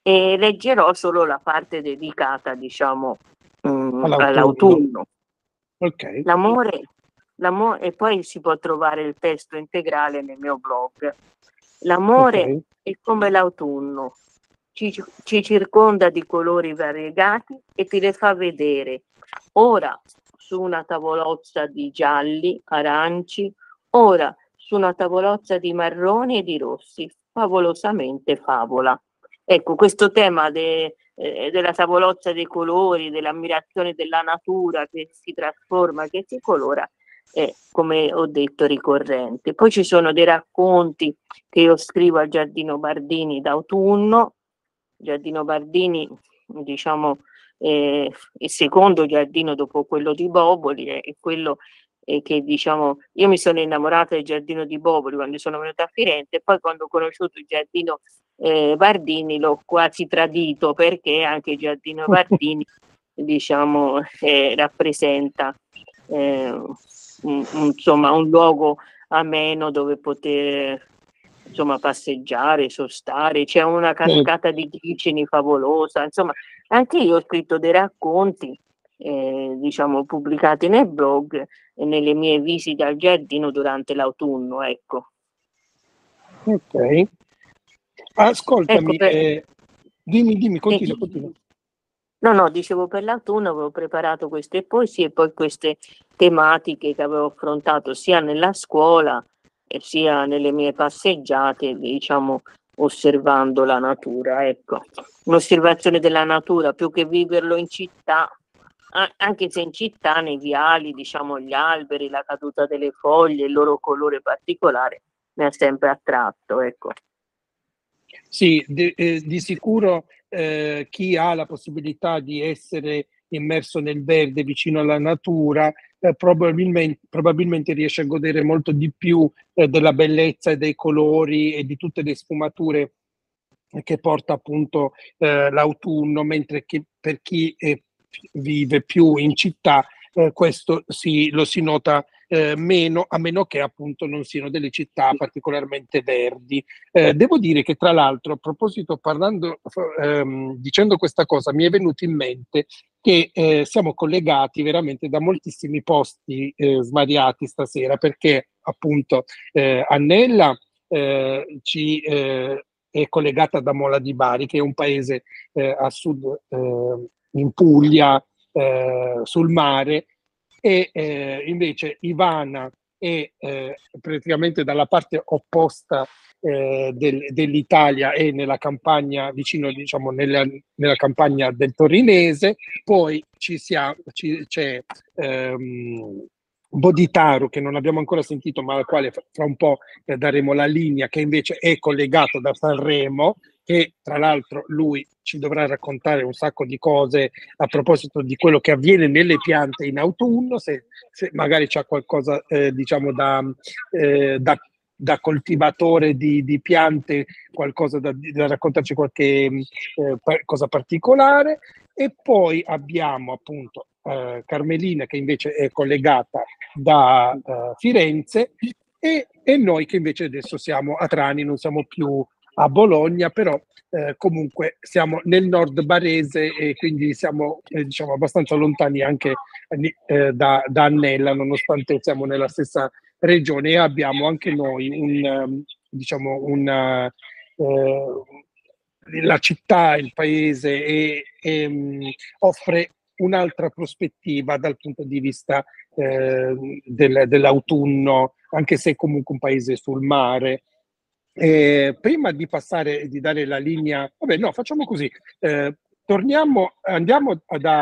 e leggerò solo la parte dedicata, diciamo, all'autunno. Ok. L'amore, e poi si può trovare il testo integrale nel mio blog. L'amore è come l'autunno, ci circonda di colori variegati e ti le fa vedere, ora su una tavolozza di gialli, aranci, ora su una tavolozza di marroni e di rossi, favolosamente favola. Ecco, questo tema della tavolozza dei colori, dell'ammirazione della natura che si trasforma, che si colora, è, come ho detto, ricorrente. Poi ci sono dei racconti che io scrivo al Giardino Bardini d'autunno. Giardino Bardini, diciamo, il secondo giardino dopo quello di Boboli, è quello che, diciamo, io mi sono innamorata del giardino di Boboli quando sono venuta a Firenze, e poi quando ho conosciuto il giardino Bardini l'ho quasi tradito, perché anche il giardino Bardini diciamo rappresenta insomma un luogo ameno dove poter insomma passeggiare, sostare, c'è una cascata di glicini favolosa, insomma anche io ho scritto dei racconti diciamo pubblicati nel blog e nelle mie visite al giardino durante l'autunno, ecco. Ok, ascoltami, Ecco, dimmi, continua. No, dicevo, per l'autunno avevo preparato queste poesie e poi queste tematiche che avevo affrontato sia nella scuola e sia nelle mie passeggiate, diciamo, osservando la natura, ecco. Un'osservazione della natura più che viverlo in città, anche se in città, nei viali, diciamo, gli alberi, la caduta delle foglie, il loro colore particolare mi ha sempre attratto, ecco. Sì, di sicuro chi ha la possibilità di essere immerso nel verde vicino alla natura probabilmente riesce a godere molto di più della bellezza e dei colori e di tutte le sfumature che porta appunto l'autunno, mentre che per chi vive più in città questo lo si nota meno, a meno che appunto non siano delle città particolarmente verdi. Devo dire che tra l'altro, a proposito, dicendo questa cosa, mi è venuto in mente che siamo collegati veramente da moltissimi posti svariati stasera, perché appunto Annella è collegata da Mola di Bari, che è un paese a sud in Puglia, sul mare, e invece Ivana è praticamente dalla parte opposta dell'Italia, e nella campagna vicino, diciamo, nella campagna del Torinese. Poi c'è Boditaro, che non abbiamo ancora sentito, ma al quale fra un po' daremo la linea, che invece è collegato da Sanremo, che tra l'altro lui ci dovrà raccontare un sacco di cose a proposito di quello che avviene nelle piante in autunno, se magari c'ha qualcosa diciamo da coltivatore di piante, qualcosa da raccontarci, qualche cosa particolare. E poi abbiamo appunto Carmelina, che invece è collegata da Firenze, e noi che invece adesso siamo a Trani, non siamo più a Bologna, però comunque siamo nel nord barese, e quindi siamo diciamo abbastanza lontani anche da Annella, nonostante siamo nella stessa regione, e abbiamo anche noi la città, il paese, offre un'altra prospettiva dal punto di vista dell'autunno, anche se è comunque un paese sul mare. Prima di passare, di dare la linea, facciamo così, andiamo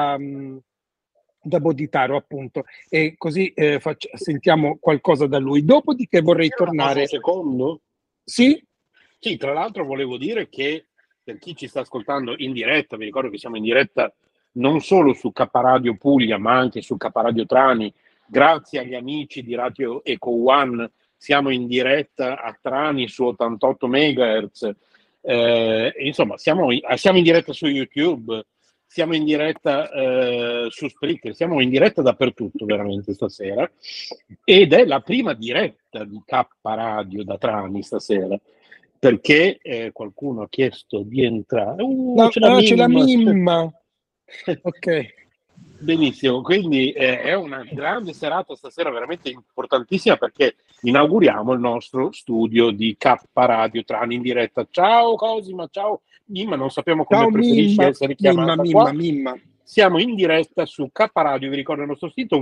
da Boditaro appunto, e così sentiamo qualcosa da lui. Dopodiché vorrei tornare. Un secondo? Sì? Sì, tra l'altro volevo dire che per chi ci sta ascoltando in diretta, vi ricordo che siamo in diretta non solo su K-Radio Puglia, ma anche su K-Radio Trani. Grazie agli amici di Radio Eco One siamo in diretta a Trani su 88 MHz. Insomma, siamo in diretta su YouTube, siamo in diretta su Spreaker, siamo in diretta dappertutto veramente stasera, ed è la prima diretta di K-Radio da Trani stasera. perché qualcuno ha chiesto di entrare. C'è la Mimma. Ok. Benissimo, quindi è una grande serata stasera, veramente importantissima, perché inauguriamo il nostro studio di K Radio Trani in diretta. Ciao Cosima, ciao Mimma, non sappiamo come preferisci essere chiamata qua. Mimma. Siamo in diretta su K Radio, vi ricordo il nostro sito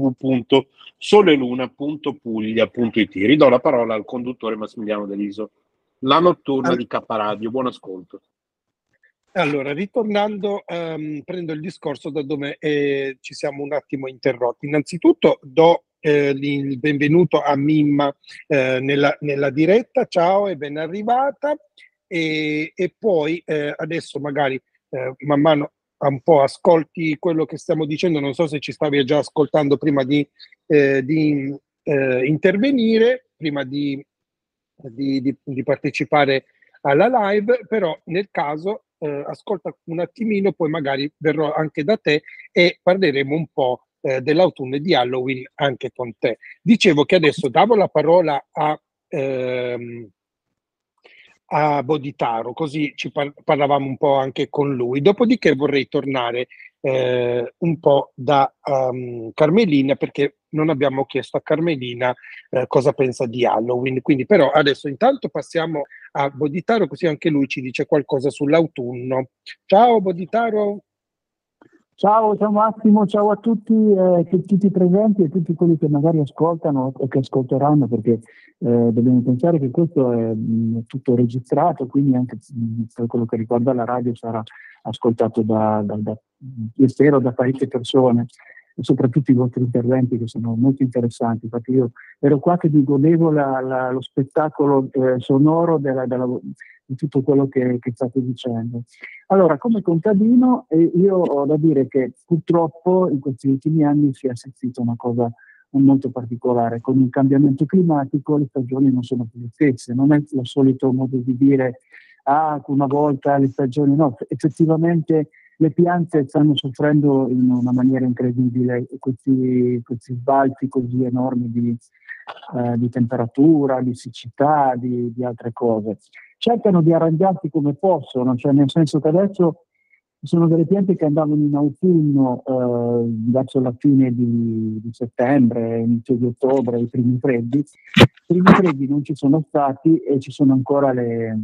www.soleluna.puglia.it. Ridò la parola al conduttore Massimiliano Deliso. La notturna di K Radio, buon ascolto. Allora, ritornando, prendo il discorso da dove ci siamo un attimo interrotti. Innanzitutto do il benvenuto a Mimma nella diretta, ciao e ben arrivata, e poi adesso magari man mano un po' ascolti quello che stiamo dicendo, non so se ci stavi già ascoltando prima di intervenire, prima di partecipare alla live, però nel caso ascolta un attimino, poi magari verrò anche da te e parleremo un po' dell'autunno e di Halloween anche con te. Dicevo che adesso davo la parola a Boditaro, così ci parlavamo un po' anche con lui, dopodiché vorrei tornare un po' da Carmelina, perché non abbiamo chiesto a Carmelina cosa pensa di Halloween, quindi però adesso intanto passiamo a Boditaro, così anche lui ci dice qualcosa sull'autunno. Ciao Boditaro. Ciao Massimo, ciao a tutti i presenti e tutti quelli che magari ascoltano o che ascolteranno, perché dobbiamo pensare che questo è tutto registrato, quindi anche per quello che riguarda la radio sarà ascoltato io spero da parecchie persone, e soprattutto i vostri interventi che sono molto interessanti. Infatti io ero qua che mi godevo lo spettacolo sonoro di tutto quello che state dicendo. Allora, come contadino, io ho da dire che purtroppo in questi ultimi anni si è assistito a una cosa molto particolare. Con il cambiamento climatico le stagioni non sono più le stesse, non è il solito modo di dire una volta le stagioni, no, effettivamente le piante stanno soffrendo in una maniera incredibile questi sbalzi così enormi di temperatura, di siccità, di altre cose. Cercano di arrangiarsi come possono, cioè nel senso che adesso ci sono delle piante che andavano in autunno verso la fine di settembre, inizio di ottobre, i primi freddi. I primi freddi non ci sono stati e ci sono ancora le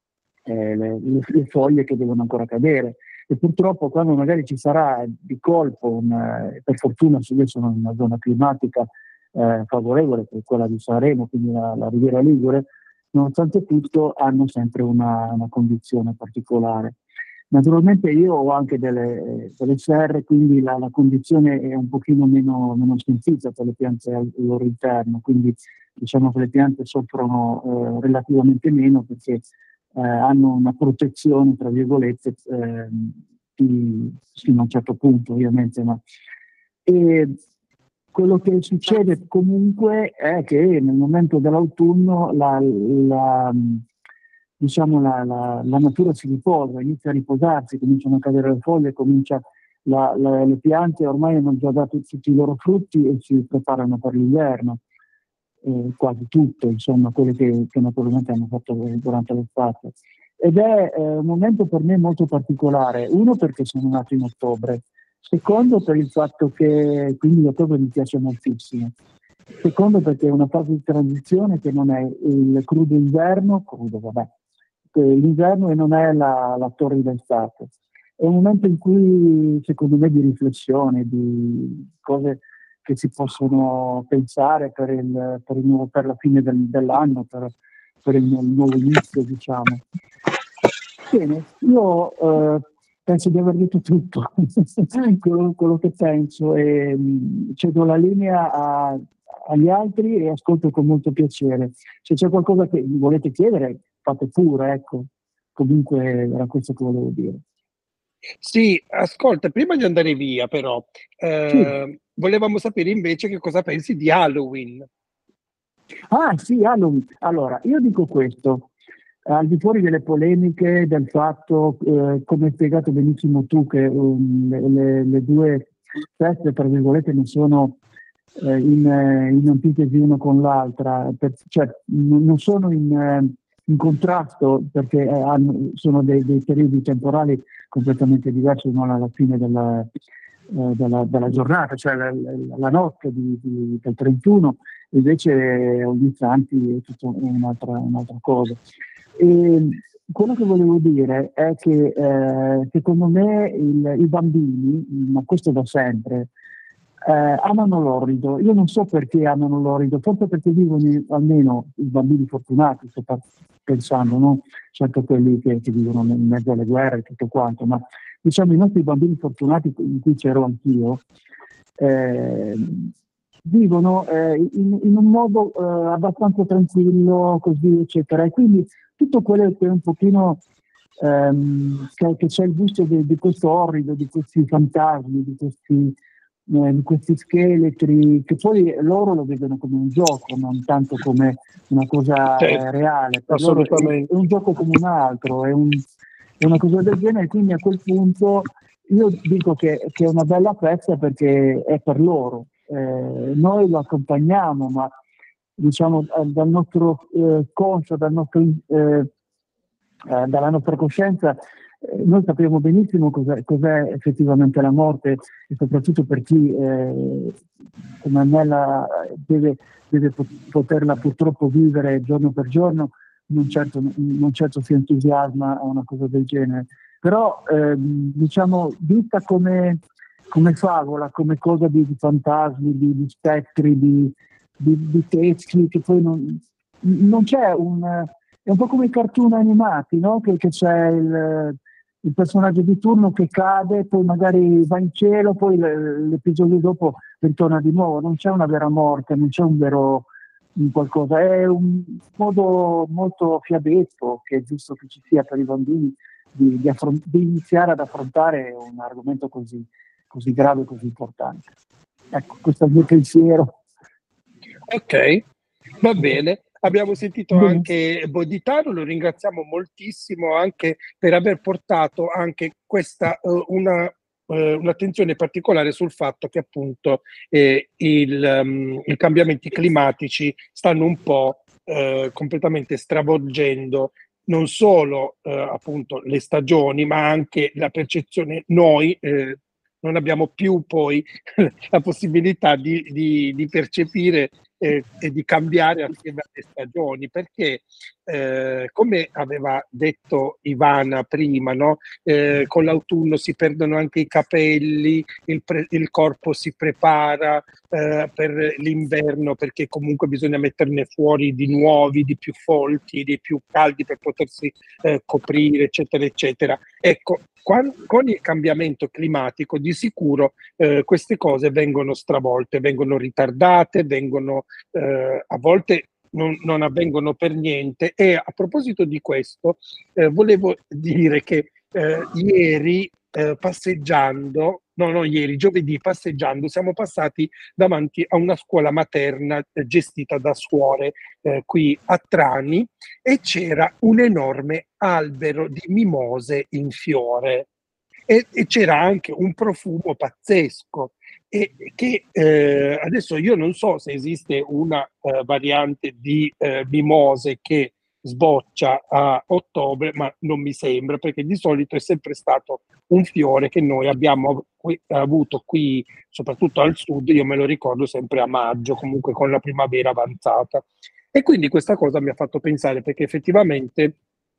foglie che devono ancora cadere. E purtroppo quando magari ci sarà di colpo, per fortuna io sono in una zona climatica favorevole, che è quella di Sanremo, quindi la Riviera Ligure, nonostante tutto hanno sempre una condizione particolare. Naturalmente io ho anche delle serre, quindi la condizione è un pochino meno sentita per le piante al loro interno, quindi diciamo che le piante soffrono relativamente meno perché hanno una protezione, tra virgolette, fino a un certo punto ovviamente, e quello che succede comunque è che nel momento dell'autunno la natura si riposa, inizia a riposarsi, cominciano a cadere le foglie, le piante ormai hanno già dato tutti i loro frutti e si preparano per l'inverno. Quasi tutte, insomma, quelle che naturalmente hanno fatto durante l'estate. Ed è un momento per me molto particolare, uno perché sono nato in ottobre, secondo per il fatto che quindi l'ottobre mi piace moltissimo, secondo perché è una fase di transizione che non è il crudo inverno, l'inverno e non è la torrida estate. È un momento in cui, secondo me, di riflessione, di cose che si possono pensare per la fine dell'anno, per il nuovo inizio, diciamo. Bene, io penso di aver detto tutto, quello che penso, e cedo la linea agli altri e ascolto con molto piacere. Se c'è qualcosa che volete chiedere, fate pure, ecco. Comunque era questo che volevo dire. Sì, ascolta, prima di andare via però, Sì. volevamo sapere invece che cosa pensi di Halloween. Ah sì, Halloween. Allora, io dico questo, al di fuori delle polemiche, del fatto, come hai spiegato benissimo tu, che le due feste, tra virgolette, non sono in antitesi una con l'altra, cioè non sono in in contrasto, perché sono dei periodi temporali completamente diversi, non alla fine della giornata, cioè la notte del 31, invece ogni santi è tutta un'altra cosa. E quello che volevo dire è che secondo me i bambini, ma questo da sempre, amano l'orrido. Io non so perché amano l'orrido, forse perché vivono, almeno i bambini fortunati, sto pensando, non certo quelli che vivono in mezzo alle guerre e tutto quanto, ma diciamo i nostri bambini fortunati, in cui c'ero anch'io, vivono in un modo abbastanza tranquillo, così eccetera, e quindi tutto quello che è un pochino che c'è il gusto di questo orrido, di questi fantasmi, di questi scheletri, che poi loro lo vedono come un gioco, non tanto come una cosa reale. Per loro è un gioco come un altro, è una cosa del genere, quindi a quel punto io dico che è una bella festa perché è per loro. Noi lo accompagniamo, ma diciamo dal nostro conscio, dalla nostra coscienza, noi sappiamo benissimo cos'è effettivamente la morte, e soprattutto per chi come me deve poterla purtroppo vivere giorno per giorno, non certo si entusiasma a una cosa del genere. Però diciamo, vista come favola, come cosa di fantasmi, di spettri, di teschi, che poi non c'è è un po' come i cartoon animati, no? Che c'è il personaggio di turno che cade, poi magari va in cielo, poi l'episodio dopo ritorna di nuovo. Non c'è una vera morte, non c'è un vero qualcosa. È un modo molto fiabesco, che è giusto che ci sia per i bambini, di iniziare ad affrontare un argomento così grave, così importante. Ecco, questo è il mio pensiero. Ok, va bene. Abbiamo sentito anche Boditano, lo ringraziamo moltissimo anche per aver portato anche questa un'attenzione particolare sul fatto che appunto i cambiamenti climatici stanno un po' completamente stravolgendo non solo appunto le stagioni, ma anche la percezione. Noi non abbiamo più poi la possibilità di percepire e di cambiare assieme alle stagioni, perché come aveva detto Ivana prima, no? Con l'autunno si perdono anche i capelli, il corpo si prepara per l'inverno, perché comunque bisogna metterne fuori di nuovi, di più folti, di più caldi per potersi coprire, eccetera, eccetera. Ecco, con il cambiamento climatico di sicuro queste cose vengono stravolte, vengono ritardate, vengono a volte non avvengono per niente. E a proposito di questo volevo dire che ieri giovedì passeggiando siamo passati davanti a una scuola materna gestita da suore qui a Trani, e c'era un enorme albero di mimose in fiore e c'era anche un profumo pazzesco, e che adesso io non so se esiste una variante di mimose che sboccia a ottobre, ma non mi sembra, perché di solito è sempre stato un fiore che noi abbiamo avuto qui, soprattutto al sud. Io me lo ricordo sempre a maggio, comunque con la primavera avanzata. E quindi questa cosa mi ha fatto pensare, perché effettivamente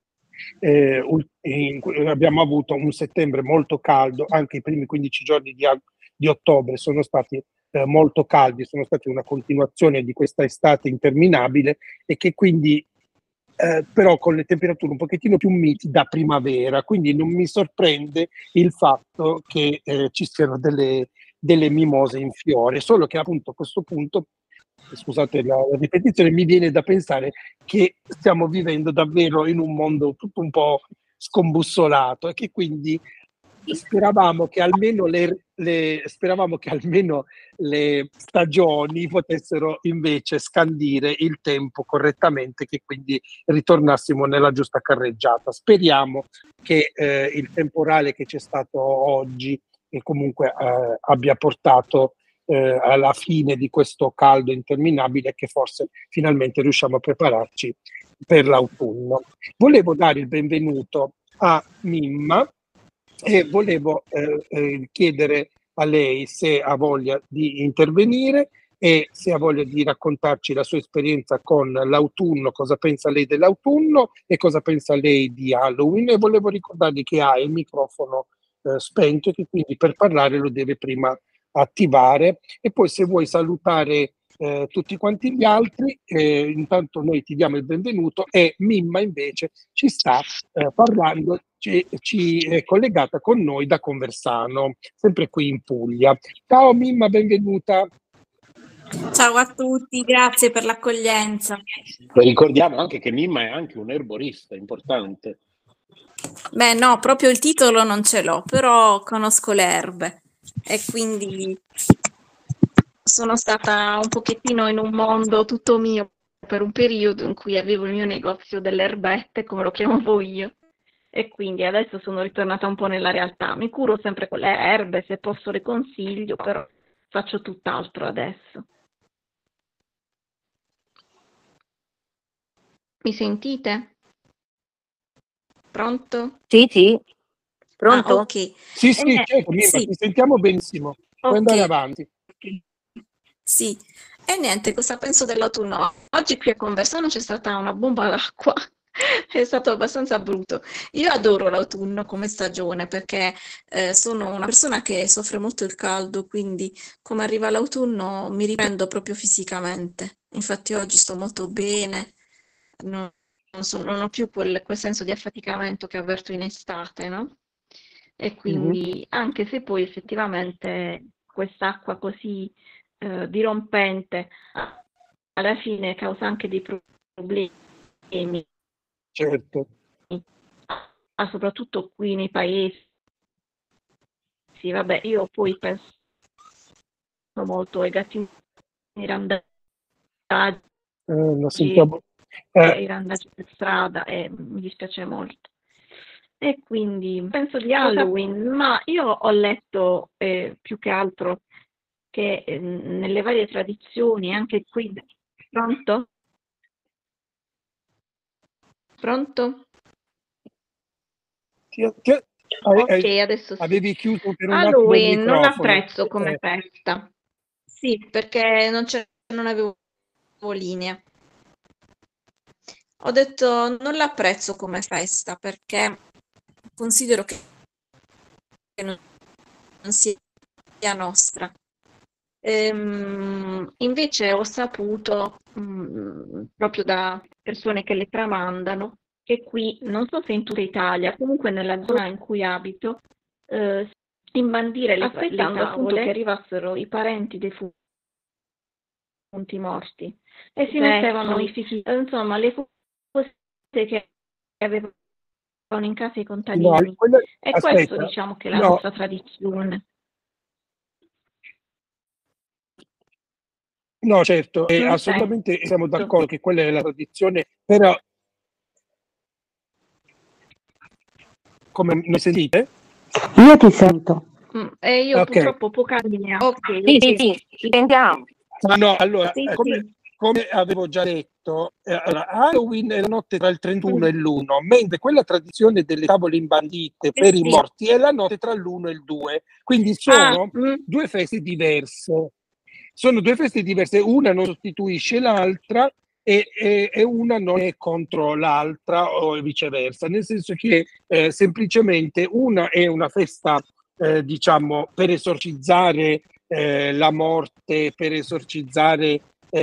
abbiamo avuto un settembre molto caldo, anche i primi 15 giorni di ottobre sono stati molto caldi, sono stati una continuazione di questa estate interminabile, e che quindi però con le temperature un pochettino più miti da primavera, quindi non mi sorprende il fatto che ci siano delle mimose in fiore, solo che appunto a questo punto, scusate la ripetizione, mi viene da pensare che stiamo vivendo davvero in un mondo tutto un po' scombussolato, e che quindi speravamo che almeno le stagioni potessero invece scandire il tempo correttamente, che quindi ritornassimo nella giusta carreggiata. Speriamo che il temporale che c'è stato oggi, che comunque abbia portato alla fine di questo caldo interminabile e che forse finalmente riusciamo a prepararci per l'autunno. Volevo dare il benvenuto a Mimma e volevo chiedere a lei se ha voglia di intervenire e se ha voglia di raccontarci la sua esperienza con l'autunno, cosa pensa lei dell'autunno e cosa pensa lei di Halloween, e volevo ricordargli che ha il microfono spento e che quindi per parlare lo deve prima attivare, e poi se vuoi salutare tutti quanti gli altri, intanto noi ti diamo il benvenuto, e Mimma invece ci sta parlando, ci è collegata con noi da Conversano, sempre qui in Puglia. Ciao Mimma, benvenuta. Ciao a tutti, grazie per l'accoglienza. Ricordiamo anche che Mimma è anche un erborista importante. Beh, no, proprio il titolo non ce l'ho, però conosco le erbe e quindi sono stata un pochettino in un mondo tutto mio per un periodo in cui avevo il mio negozio delle erbette, come lo chiamavo io, e quindi adesso sono ritornata un po' nella realtà. Mi curo sempre con le erbe, se posso le consiglio, però faccio tutt'altro adesso. Mi sentite? Pronto? Sì. Pronto? Ah, ok. Sì, certo, Mimma, sì. ti sentiamo benissimo. Puoi andare avanti. Sì, e niente, cosa penso dell'autunno? Oggi qui a Conversano c'è stata una bomba d'acqua, è stato abbastanza brutto. Io adoro l'autunno come stagione perché sono una persona che soffre molto il caldo, quindi come arriva l'autunno mi riprendo proprio fisicamente. Infatti oggi sto molto bene, non ho più quel senso di affaticamento che avverto in estate, no? E quindi, anche se poi effettivamente quest'acqua così dirompente alla fine causa anche dei problemi, certo, soprattutto qui nei paesi. Sì, vabbè, io poi penso molto ai gattini randaggi, lo sentiamo. i randaggi per strada, e mi dispiace molto. E quindi penso di Halloween, ma io ho letto più che altro che nelle varie tradizioni, anche qui. Pronto? Pronto? Ok, adesso sì. Avevi chiuso per un Halloween attimo il non microfono. apprezzo come festa. Sì, perché non avevo linea. Ho detto non l'apprezzo come festa perché considero che non sia nostra. Invece ho saputo proprio da persone che le tramandano che qui, non so se in tutta Italia, comunque nella zona in cui abito, imbandire aspettando appunto che arrivassero i parenti dei defunti morti e si mettevano insomma le cose che avevano in casa i contadini. E questo diciamo che è la nostra tradizione. No, certo, assolutamente siamo d'accordo che quella è la tradizione, però come mi sentite? Io ti sento. E io purtroppo poca linea. Ok, sì, ci sentiamo. No, allora, come avevo già detto, Halloween è la notte tra il 31 e l'1, mentre quella tradizione delle tavole imbandite per i morti è la notte tra l'1 e il 2, quindi sono due feste diverse. Sono due feste diverse, una non sostituisce l'altra e una non è contro l'altra o viceversa, nel senso che semplicemente una è una festa diciamo per esorcizzare la morte, per esorcizzare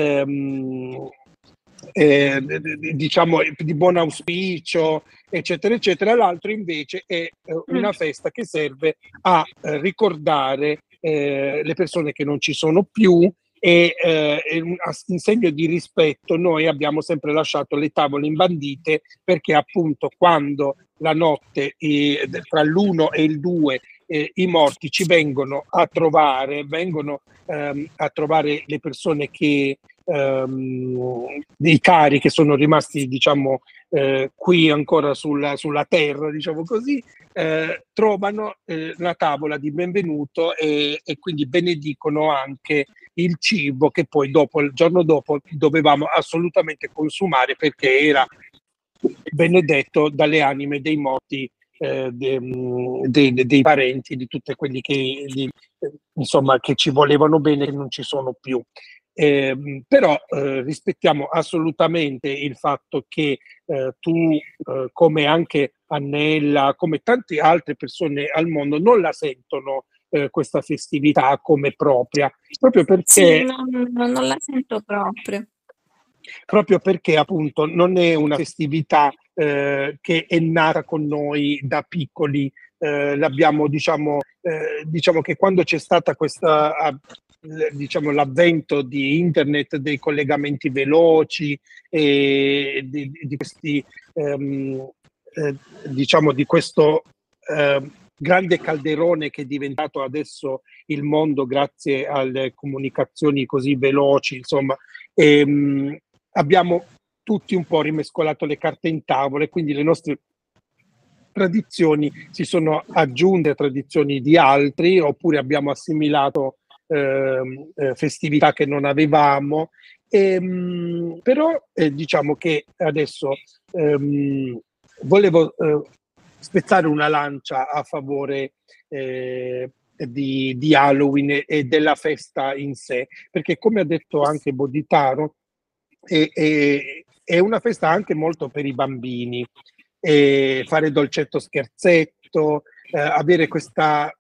diciamo di buon auspicio, eccetera eccetera. L'altro invece è una festa che serve a ricordare le persone che non ci sono più e in segno di rispetto noi abbiamo sempre lasciato le tavole imbandite, perché appunto quando la notte tra l'1 e il 2 i morti ci vengono a trovare le persone che dei cari che sono rimasti, diciamo, qui ancora sulla terra, diciamo così, trovano la tavola di benvenuto e quindi benedicono anche il cibo che poi il giorno dopo dovevamo assolutamente consumare, perché era benedetto dalle anime dei morti, dei parenti, di tutti quelli insomma, che ci volevano bene, che non ci sono più. Però rispettiamo assolutamente il fatto che tu, come anche Annella, come tante altre persone al mondo, non la sentono questa festività come propria, proprio perché Sì, non la sento proprio. Proprio perché appunto non è una festività che è nata con noi da piccoli. L'abbiamo, diciamo che quando c'è stata l'avvento di internet, dei collegamenti veloci e di questi di questo grande calderone che è diventato adesso il mondo grazie alle comunicazioni così veloci, insomma, abbiamo tutti un po' rimescolato le carte in tavola, e quindi le nostre tradizioni si sono aggiunte a tradizioni di altri, oppure abbiamo assimilato festività che non avevamo. Però diciamo che adesso volevo spezzare una lancia a favore di Halloween e della festa in sé, perché, come ha detto anche Boditaro, è una festa anche molto per i bambini, fare dolcetto scherzetto, avere questa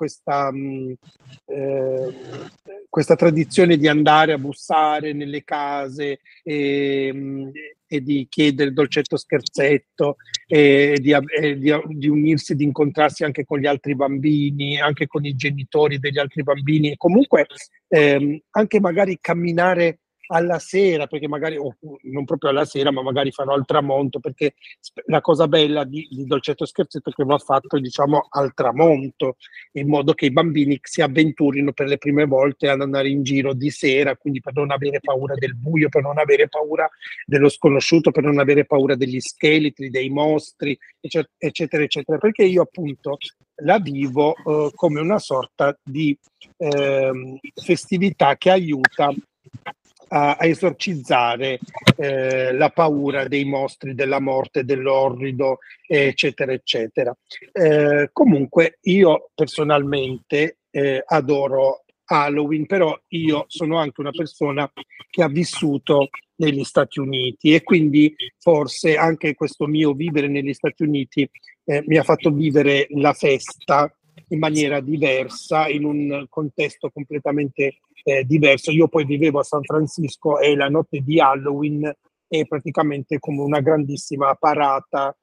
tradizione di andare a bussare nelle case e di chiedere dolcetto scherzetto, e di unirsi, di incontrarsi anche con gli altri bambini, anche con i genitori degli altri bambini, e comunque anche magari camminare alla sera, perché magari non proprio alla sera, ma magari fanno al tramonto, perché la cosa bella di dolcetto scherzetto è che va fatto, diciamo, al tramonto, in modo che i bambini si avventurino per le prime volte ad andare in giro di sera, quindi per non avere paura del buio, per non avere paura dello sconosciuto, per non avere paura degli scheletri, dei mostri, eccetera eccetera, perché io appunto la vivo come una sorta di festività che aiuta a esorcizzare la paura dei mostri, della morte, dell'orrido, eccetera eccetera. Comunque io personalmente adoro Halloween, però io sono anche una persona che ha vissuto negli Stati Uniti, e quindi forse anche questo mio vivere negli Stati Uniti mi ha fatto vivere la festa in maniera diversa, in un contesto completamente diverso. Io poi vivevo a San Francisco e la notte di Halloween è praticamente come una grandissima parata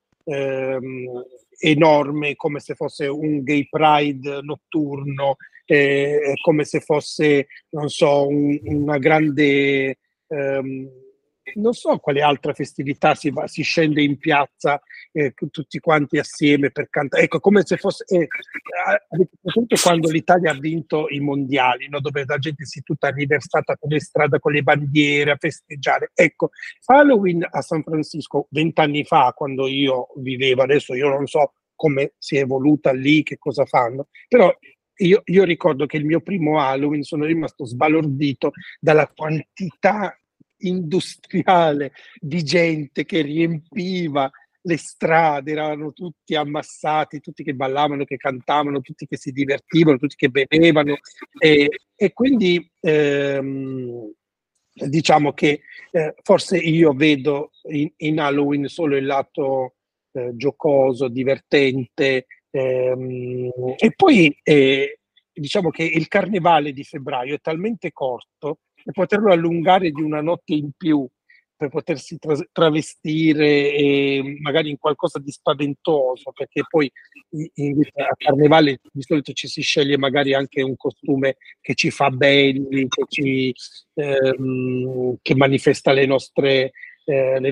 enorme, come se fosse un gay pride notturno, come se fosse, non so, una grande non so quale altra festività si scende in piazza tutti quanti assieme per cantare, ecco, come se fosse avete presente quando l'Italia ha vinto i mondiali, no? Dove la gente si è tutta riversata per le strade con le bandiere a festeggiare. Ecco, Halloween a San Francisco 20 anni fa, quando io vivevo, adesso io non so come si è evoluta lì, che cosa fanno, però io ricordo che il mio primo Halloween sono rimasto sbalordito dalla quantità industriale di gente che riempiva le strade, erano tutti ammassati, tutti che ballavano, che cantavano, tutti che si divertivano, tutti che bevevano, e quindi diciamo che forse io vedo in Halloween solo il lato giocoso, divertente, e poi diciamo che il carnevale di febbraio è talmente corto e poterlo allungare di una notte in più per potersi travestire magari in qualcosa di spaventoso, perché poi a carnevale di solito ci si sceglie magari anche un costume che ci fa belli, che manifesta le nostre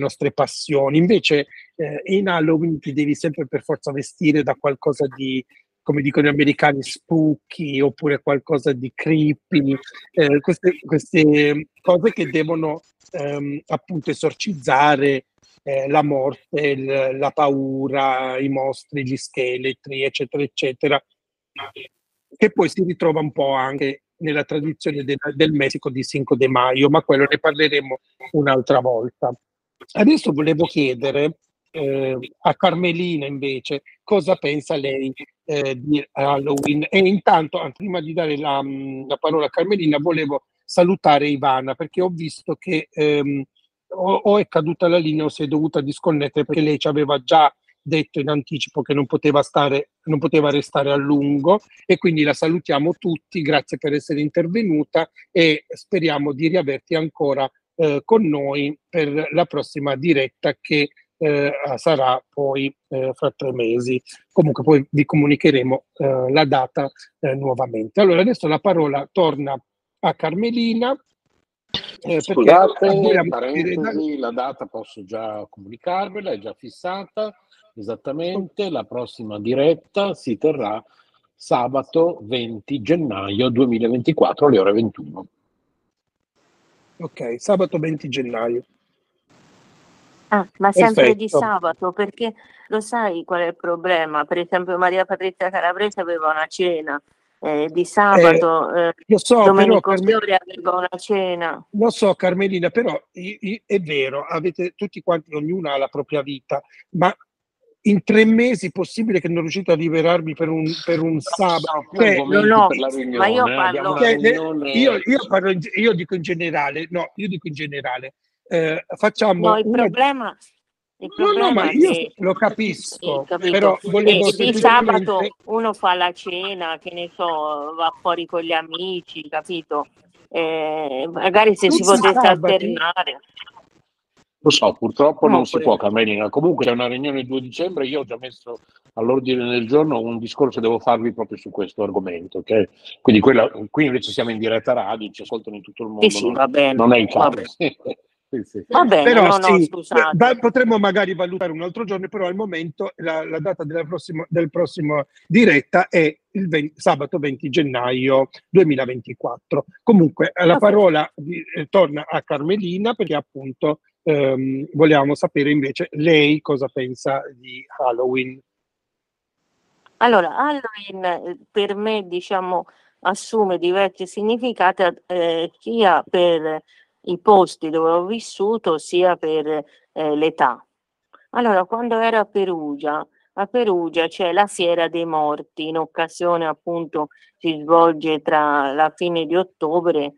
passioni. Invece in Halloween ti devi sempre per forza vestire da qualcosa di come dicono gli americani, spooky oppure qualcosa di creepy, queste cose che devono appunto esorcizzare la morte, la paura, i mostri, gli scheletri, eccetera, eccetera, che poi si ritrova un po' anche nella tradizione del Messico di Cinco de Mayo, ma quello ne parleremo un'altra volta. Adesso volevo chiedere a Carmelina invece cosa pensa lei di Halloween, e intanto prima di dare la parola a Carmelina volevo salutare Ivana, perché ho visto che o è caduta la linea o si è dovuta disconnettere, perché lei ci aveva già detto in anticipo che non poteva restare a lungo, e quindi la salutiamo tutti, grazie per essere intervenuta e speriamo di riaverti ancora con noi per la prossima diretta che sarà poi fra 3 mesi. Comunque poi vi comunicheremo la data nuovamente. Allora adesso la parola torna a Carmelina. Scusate, parentesi, la data posso già comunicarvela, è già fissata esattamente. La prossima diretta si terrà sabato 20 gennaio 2024 alle ore 21. Ok, sabato 20 gennaio. Ma sempre di sabato, perché lo sai qual è il problema? Per esempio Maria Patrizia Calabrese aveva una cena di sabato, lo so, Domenico Fiore aveva una cena. Lo so Carmelina, però è vero, avete tutti quanti, ognuno ha la propria vita, ma in 3 mesi possibile che non riuscite a liberarmi per un sabato? No, ma io parlo. Io dico in generale, facciamo il problema ma io lo capisco, però volevo di sabato uno fa la cena, che ne so, va fuori con gli amici, capito? Magari se si potesse alternare. Lo so, purtroppo non si può, Carmelina. Comunque c'è una riunione il 2 dicembre, io ho già messo all'ordine del giorno un discorso che devo farvi proprio su questo argomento, ok? Quindi qui invece siamo in diretta radio, ci ascoltano in tutto il mondo, sì, va bene, non è il caso. Sì. Va bene, però scusate. Potremmo magari valutare un altro giorno, però al momento la data del prossimo diretta è sabato 20 gennaio 2024. Comunque la parola torna a Carmelina, perché appunto volevamo sapere invece lei cosa pensa di Halloween. Allora, Halloween per me, diciamo, assume diversi significati sia per i posti dove ho vissuto sia per l'età. Allora, quando ero a Perugia c'è la Fiera dei Morti, in occasione appunto si svolge tra la fine di ottobre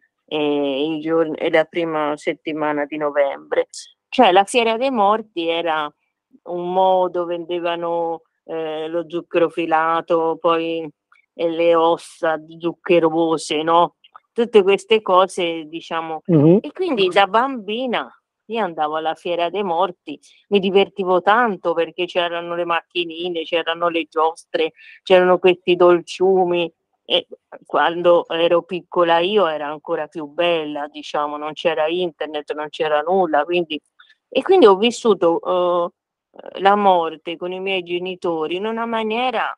e la prima settimana di novembre. Cioè la Fiera dei Morti era un modo, vendevano lo zucchero filato, poi le ossa zuccherose, no? Tutte queste cose, diciamo. E quindi da bambina io andavo alla Fiera dei Morti, mi divertivo tanto perché c'erano le macchinine, c'erano le giostre, c'erano questi dolciumi, e quando ero piccola io era ancora più bella, diciamo, non c'era internet, non c'era nulla, quindi ho vissuto la morte con i miei genitori in una maniera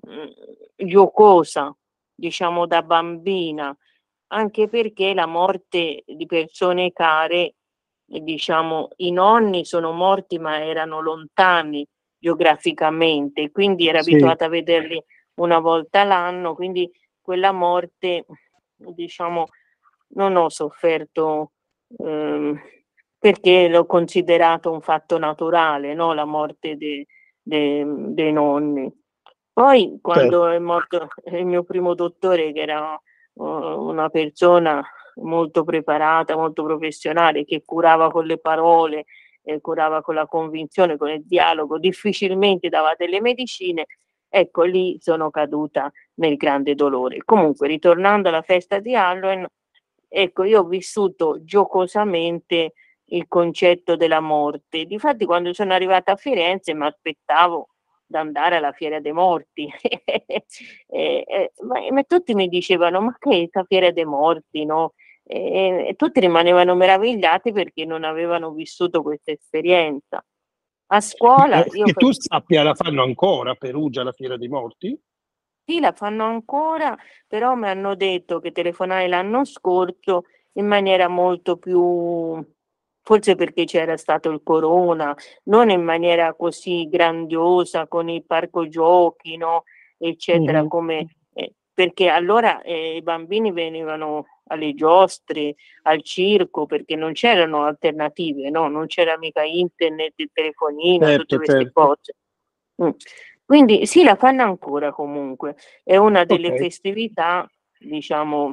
giocosa, diciamo, da bambina, anche perché la morte di persone care, diciamo, i nonni sono morti ma erano lontani geograficamente, quindi ero abituata a vederli una volta l'anno, quindi quella morte, diciamo, non ho sofferto perché l'ho considerato un fatto naturale, no? La morte dei nonni. Poi quando è morto il mio primo dottore, che era una persona molto preparata, molto professionale, che curava con le parole, curava con la convinzione, con il dialogo, difficilmente dava delle medicine, ecco, lì sono caduta nel grande dolore. Comunque, ritornando alla festa di Halloween, ecco, io ho vissuto giocosamente il concetto della morte. Difatti, quando sono arrivata a Firenze mi aspettavo di andare alla Fiera dei Morti ma tutti mi dicevano: ma che è questa Fiera dei Morti, no? E tutti rimanevano meravigliati perché non avevano vissuto questa esperienza. A scuola tu sappia, la fanno ancora a Perugia la Fiera dei Morti? Sì, la fanno ancora, però mi hanno detto che telefonai l'anno scorso in maniera molto più, forse perché c'era stato il corona, non in maniera così grandiosa con il parco giochi, no, eccetera, perché allora i bambini venivano alle giostre, al circo, perché non c'erano alternative, no? Non c'era mica internet, il telefonino, tutte queste cose. Quindi sì, la fanno ancora comunque, è una delle festività, diciamo,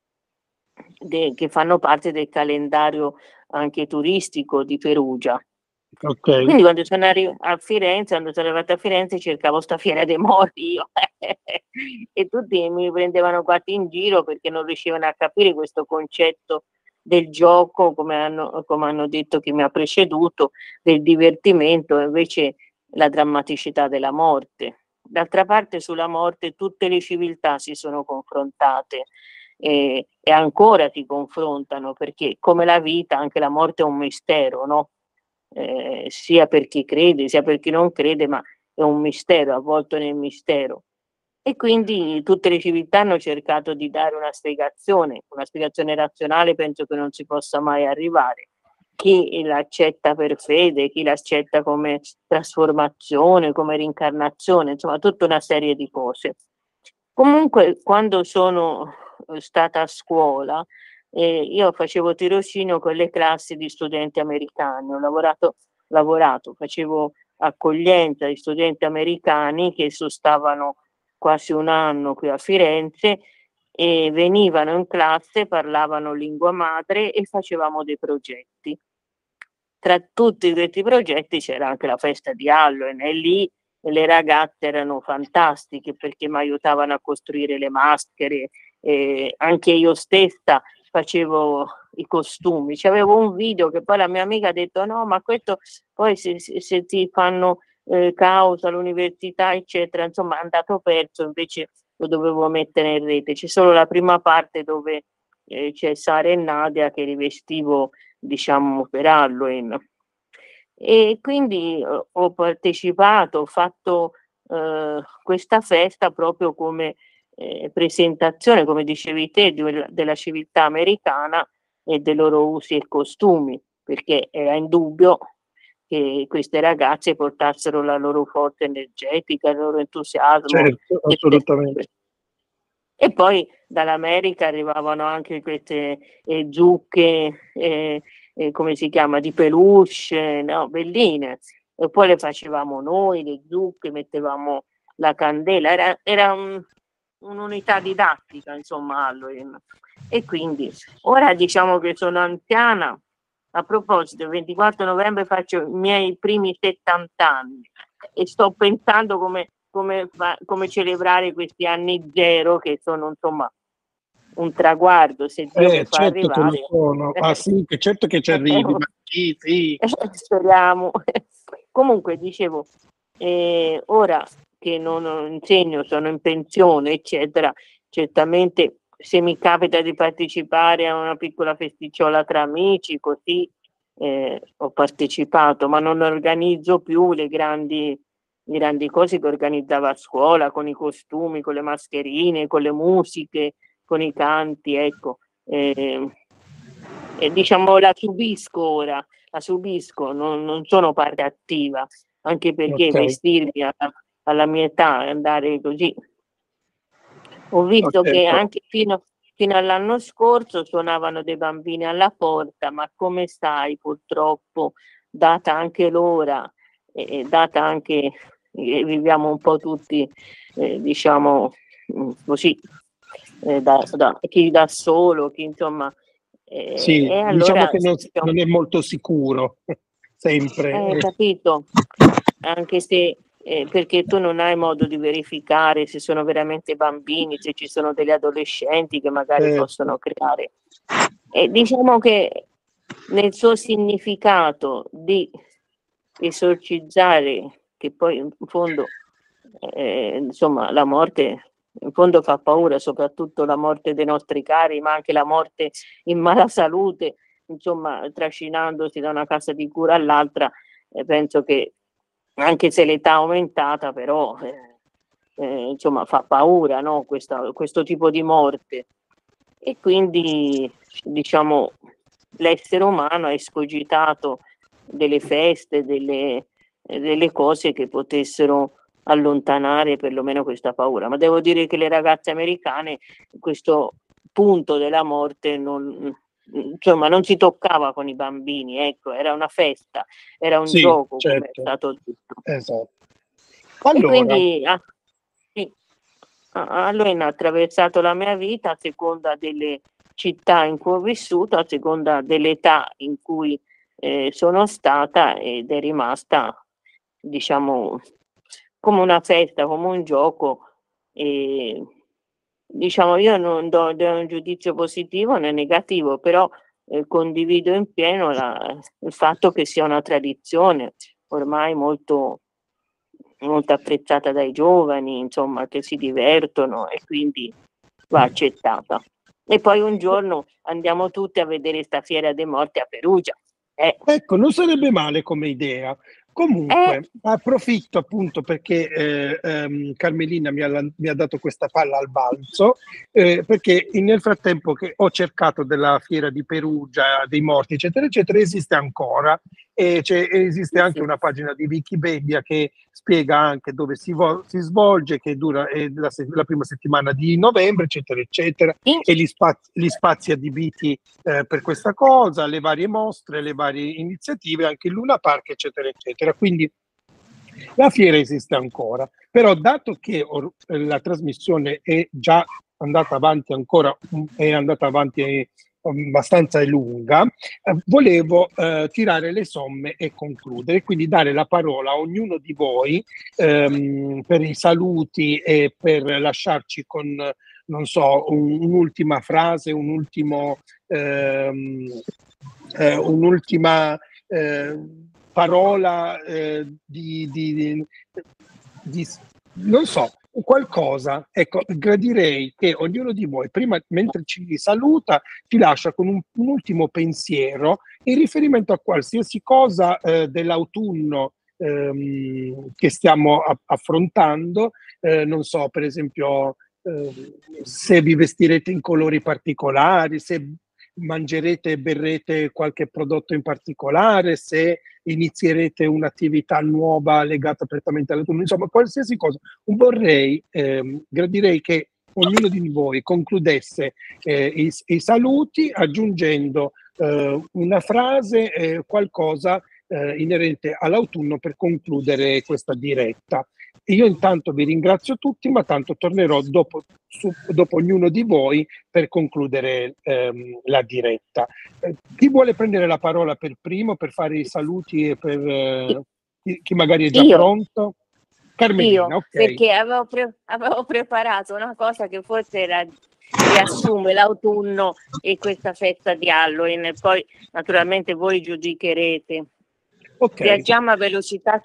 che fanno parte del calendario anche turistico di Perugia. Quindi quando sono a Firenze, quando sono arrivata a Firenze, cercavo sta fiera dei morti io e tutti mi prendevano quasi in giro perché non riuscivano a capire questo concetto del gioco, come hanno detto chi mi ha preceduto, del divertimento, invece la drammaticità della morte. D'altra parte sulla morte tutte le civiltà si sono confrontate e ancora si confrontano, perché come la vita anche la morte è un mistero, no? Sia per chi crede sia per chi non crede, ma è un mistero, avvolto nel mistero. E quindi tutte le civiltà hanno cercato di dare una spiegazione razionale penso che non si possa mai arrivare. Chi l'accetta per fede, chi l'accetta come trasformazione, come rincarnazione, insomma tutta una serie di cose. Comunque quando sono stata a scuola io facevo tirocinio con le classi di studenti americani, ho lavorato, facevo accoglienza di studenti americani che sostavano quasi un anno qui a Firenze e venivano in classe, parlavano lingua madre e facevamo dei progetti. Tra tutti questi progetti c'era anche la festa di Halloween e lì le ragazze erano fantastiche perché mi aiutavano a costruire le maschere, anche io stessa facevo i costumi. C'avevo un video che poi la mia amica ha detto no, ma questo poi se ti fanno causa all'università eccetera, insomma è andato perso, invece lo dovevo mettere in rete. C'è solo la prima parte dove c'è Sara e Nadia che rivestivo diciamo per Halloween. E quindi ho partecipato, ho fatto questa festa proprio come presentazione, come dicevi te, della civiltà americana e dei loro usi e costumi, perché era indubbio che queste ragazze portassero la loro forza energetica, il loro entusiasmo. Certo, assolutamente. E poi dall'America arrivavano anche queste zucche, come si chiama, di peluche, no? Belline. E poi le facevamo noi, le zucche, mettevamo la candela. Era un'unità didattica, insomma, Halloween. E quindi ora diciamo che sono anziana. A proposito, il 24 novembre faccio i miei primi 70 anni e sto pensando come celebrare questi anni zero che sono insomma un traguardo, se Dio mi fa certo arrivare. Che lo sono. Ah sì, certo che ci arrivi, ma sì. Speriamo. Comunque dicevo, ora che non insegno, sono in pensione, eccetera, certamente se mi capita di partecipare a una piccola festicciola tra amici, così ho partecipato, ma non organizzo più le grandi cose che organizzava a scuola, con i costumi, con le mascherine, con le musiche, con i canti, ecco. Diciamo la subisco ora, non sono parte attiva, anche perché vestirmi alla mia età, andare così. Ho visto che anche fino all'anno scorso suonavano dei bambini alla porta, ma come sai, purtroppo, data anche l'ora, data anche viviamo un po' tutti, diciamo così, chi da solo, chi insomma. Sì, allora, diciamo che non è molto sicuro, sempre. Capito, anche se perché tu non hai modo di verificare se sono veramente bambini, se ci sono degli adolescenti che magari possono creare. E diciamo che nel suo significato di esorcizzare, che poi in fondo insomma la morte in fondo fa paura, soprattutto la morte dei nostri cari, ma anche la morte in mala salute, insomma trascinandosi da una casa di cura all'altra. Penso che anche se l'età è aumentata, però insomma fa paura, no? Questo tipo di morte. E quindi diciamo l'essere umano ha escogitato delle feste, delle cose che potessero allontanare perlomeno questa paura. Ma devo dire che le ragazze americane questo punto della morte non si toccava con i bambini, ecco, era una festa, era un gioco, come è stato detto. Esatto. E quindi sì, Halloween ha attraversato la mia vita a seconda delle città in cui ho vissuto, a seconda dell'età in cui sono stata, ed è rimasta, diciamo, come una festa, come un gioco. E diciamo, io non do un giudizio positivo né negativo, però condivido in pieno il fatto che sia una tradizione ormai molto, molto apprezzata dai giovani, insomma, che si divertono, e quindi va accettata. E poi un giorno andiamo tutti a vedere sta fiera dei morti a Perugia. Ecco, non sarebbe male come idea. Comunque, approfitto appunto perché Carmelina mi ha dato questa palla al balzo, perché nel frattempo che ho cercato della fiera di Perugia, dei morti, eccetera, eccetera, esiste ancora. E esiste anche una pagina di Wikipedia che spiega anche dove si svolge, che dura la prima settimana di novembre, eccetera, eccetera, e gli spazi adibiti per questa cosa, le varie mostre, le varie iniziative, anche il Luna Park, eccetera, eccetera. Quindi la fiera esiste ancora, però dato che la trasmissione è già andata avanti abbastanza lunga, volevo tirare le somme e concludere, quindi dare la parola a ognuno di voi per i saluti e per lasciarci con, non so, un'ultima frase, un'ultima parola non so, qualcosa. Ecco, gradirei che ognuno di voi, prima, mentre ci saluta, ci lascia con un ultimo pensiero in riferimento a qualsiasi cosa dell'autunno che stiamo affrontando. Non so, per esempio, se vi vestirete in colori particolari, se mangerete e berrete qualche prodotto in particolare, se inizierete un'attività nuova legata prettamente all'autunno, insomma qualsiasi cosa. Gradirei che ognuno di voi concludesse i saluti aggiungendo una frase, qualcosa inerente all'autunno per concludere questa diretta. Io intanto vi ringrazio tutti, ma tanto tornerò dopo ognuno di voi per concludere la diretta. Chi vuole prendere la parola per primo, per fare i saluti e per chi magari è già pronto? Carmelina, io, ok. Perché avevo preparato una cosa che forse riassume l'autunno e questa festa di Halloween, e poi naturalmente voi giudicherete. Okay. Viaggiamo a velocità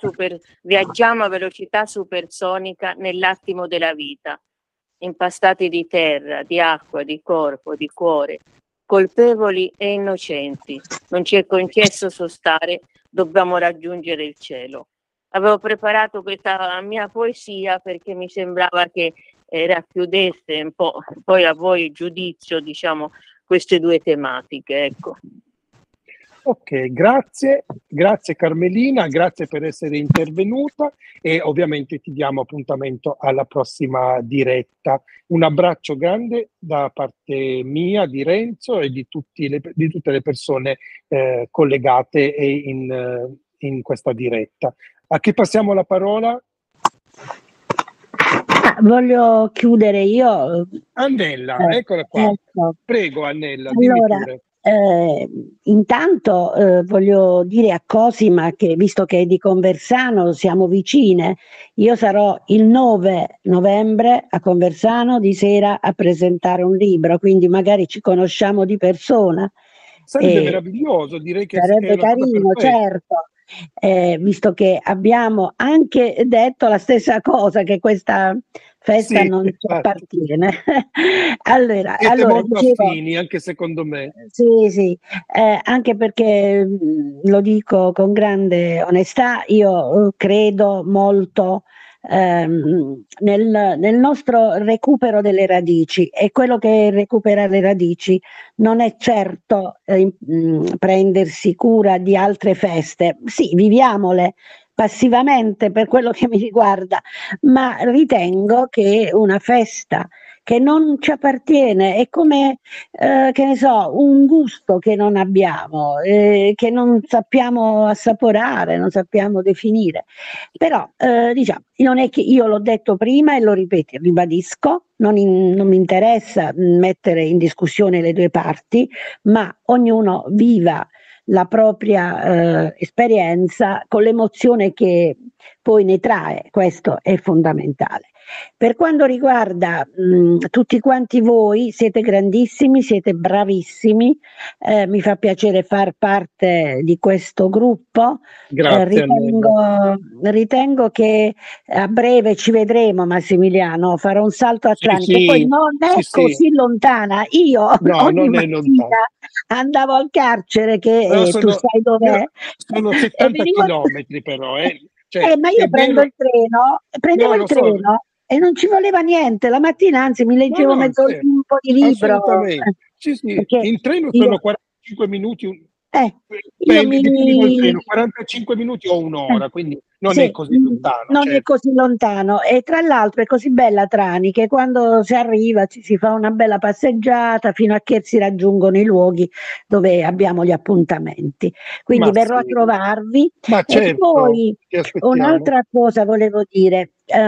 supersonica nell'attimo della vita, impastati di terra, di acqua, di corpo, di cuore, colpevoli e innocenti. Non ci è concesso sostare, dobbiamo raggiungere il cielo. Avevo preparato questa mia poesia perché mi sembrava che racchiudesse un po', poi a voi il giudizio, diciamo, queste due tematiche, ecco. Ok, grazie Carmelina, grazie per essere intervenuta e ovviamente ti diamo appuntamento alla prossima diretta. Un abbraccio grande da parte mia, di Renzo e di tutte le persone collegate e in questa diretta. A chi passiamo la parola? Voglio chiudere io. Annella, eccola qua. Ecco. Prego Annella, dimmi pure. Intanto voglio dire a Cosima che, visto che è di Conversano, siamo vicine. Io sarò il 9 novembre a Conversano di sera a presentare un libro, quindi magari ci conosciamo di persona. Sarebbe meraviglioso, direi che sarebbe carino, certo. Visto che abbiamo anche detto la stessa cosa, che questa festa non ci appartiene. allora molto dicevo, affini, anche secondo me. Sì, anche perché lo dico con grande onestà, io credo molto nel nostro recupero delle radici, e quello che recupera le radici non è certo prendersi cura di altre feste. Sì, viviamole passivamente per quello che mi riguarda, ma ritengo che una festa che non ci appartiene è come, che ne so, un gusto che non abbiamo, che non sappiamo assaporare, non sappiamo definire. Però diciamo, non è che io l'ho detto prima e lo ripeto, ribadisco, non mi interessa mettere in discussione le due parti, ma ognuno viva la propria esperienza con l'emozione che poi ne trae, questo è fondamentale. Per quanto riguarda tutti quanti voi, siete grandissimi, siete bravissimi, mi fa piacere far parte di questo gruppo. Grazie a lei. Ritengo che a breve ci vedremo, Massimiliano, farò un salto atlantico, Sì, poi sì, non è sì, sì. così lontana. Io No, ogni non è lontano. mattina andavo al carcere, che Però tu sai però dov'è, sono e 70 venivo. chilometri però, Cioè, Ma è io vero, prendevo no, il lo so, treno e non ci voleva niente. La mattina, anzi, mi no, leggevo no, sì, un po' di libro, assolutamente. Sì, sì, perché in treno io, sono 45 minuti, eh, io dipende col mi, treno, 45 minuti o un'ora, quindi non è sì, così lontano, non è certo. così lontano, e tra l'altro è così bella Trani che quando si arriva ci si fa una bella passeggiata fino a che si raggiungono i luoghi dove abbiamo gli appuntamenti. Quindi Ma verrò a sì, trovarvi. ma E certo, poi ti aspettiamo. un'altra cosa volevo dire,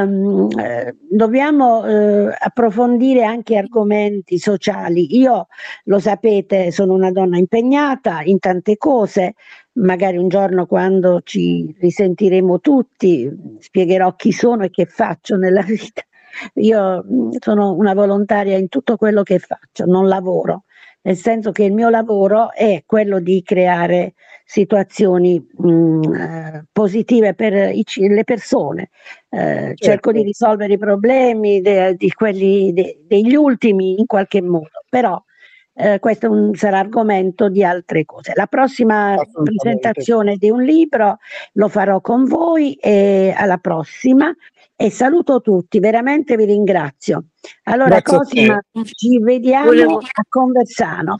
dobbiamo approfondire anche argomenti sociali. Io, lo sapete, sono una donna impegnata in tante cose. Magari un giorno, quando ci risentiremo tutti, spiegherò chi sono e che faccio nella vita. Io sono una volontaria in tutto quello che faccio, non lavoro, nel senso che il mio lavoro è quello di creare situazioni positive per le persone. Cerco di Certo, risolvere i problemi di quelli degli ultimi in qualche modo, però questo sarà argomento di altre cose. La prossima assolutamente. presentazione di un libro lo farò con voi, e alla prossima, e saluto tutti, veramente vi ringrazio. Allora, Grazie a te. Cosima, ci vediamo Volevo, a Conversano.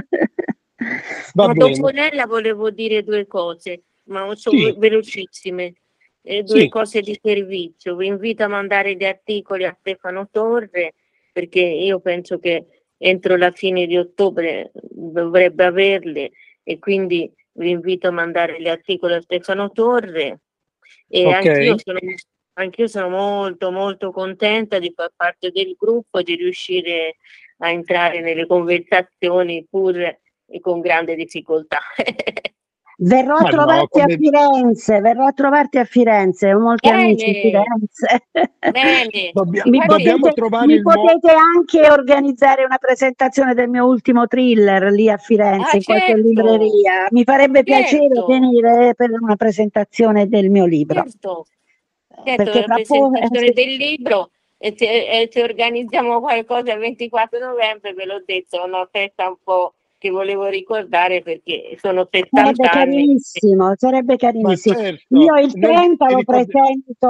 Va ma dopo bene. lei volevo dire due cose, ma sono Sì, velocissime. Due sì, cose di servizio. Vi invito a mandare gli articoli a Stefano Torre, perché io penso che entro la fine di ottobre dovrebbe averli, e quindi vi invito a mandare gli articoli a Stefano Torre. E ok. anch'io sono molto molto contenta di far parte del gruppo e di riuscire a entrare nelle conversazioni, pur con grande difficoltà. Verrò a Ma no, trovarti a come... Firenze, verrò a trovarti a Firenze, ho molti amici a Bene, Firenze. bene. Guardi, dobbiamo trovare Mi il modo. potete anche organizzare una presentazione del mio ultimo thriller lì a Firenze, in qualche certo, libreria. Mi farebbe piacere certo, venire per una presentazione del mio libro. certo, certo, Perché la tra poco. presentazione del libro, e organizziamo qualcosa il 24 novembre, ve l'ho detto, è una festa un po' che volevo ricordare perché sono 70 anni. Sarebbe Ma carinissimo. Io certo, il noi 30 ti lo ricordiamo. presento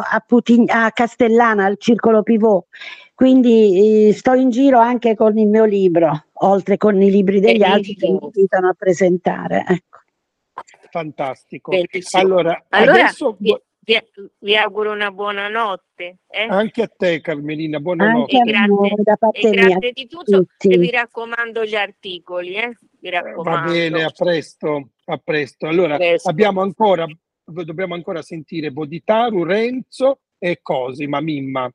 a Castellana, al Circolo Pivot, quindi sto in giro anche con il mio libro, oltre con i libri degli altri che mi Benissimo, invitano a presentare. Ecco. Fantastico. benissimo. Allora, Allora adesso vi auguro una buona notte, anche a te, Carmelina, Anche e a buonanotte. voi, da e parte mia, grazie di tutto, e tutti. vi raccomando gli articoli, vi Va bene, raccomando. a presto, a presto. Allora, Presto. dobbiamo ancora sentire Bodhitaru, Renzo e Cosima, Mimma.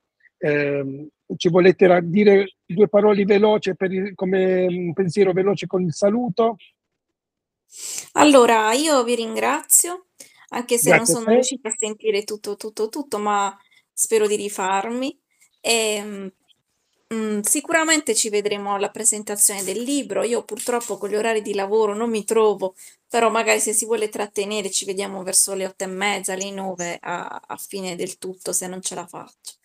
Ci volete dire due parole veloci come un pensiero veloce con il saluto? Allora, io vi ringrazio, anche se non Grazie a sono te. riuscita a sentire tutto, ma spero di rifarmi. E, sicuramente ci vedremo alla presentazione del libro. Io purtroppo con gli orari di lavoro non mi trovo, però magari se si vuole trattenere ci vediamo verso le 8:30, le 9 a fine del tutto, se non ce la faccio.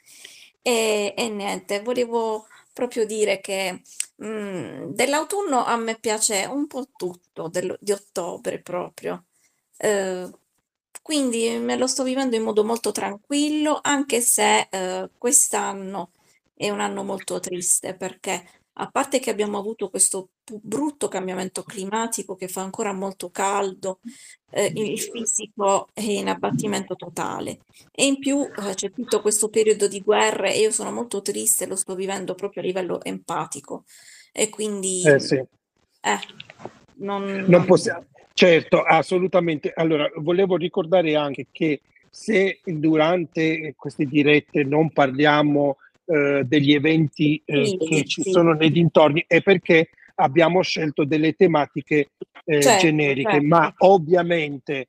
E niente, volevo proprio dire che dell'autunno a me piace un po' tutto, di ottobre proprio. Eh, quindi me lo sto vivendo in modo molto tranquillo, anche se quest'anno è un anno molto triste perché a parte che abbiamo avuto questo brutto cambiamento climatico che fa ancora molto caldo, il fisico è in abbattimento totale e in più c'è tutto questo periodo di guerre e io sono molto triste, lo sto vivendo proprio a livello empatico e quindi Sì. non... Non possiamo, certo, assolutamente. Allora, volevo ricordare anche che se durante queste dirette non parliamo degli eventi che ci Sì, sono nei dintorni, è perché abbiamo scelto delle tematiche generiche, certo. ma ovviamente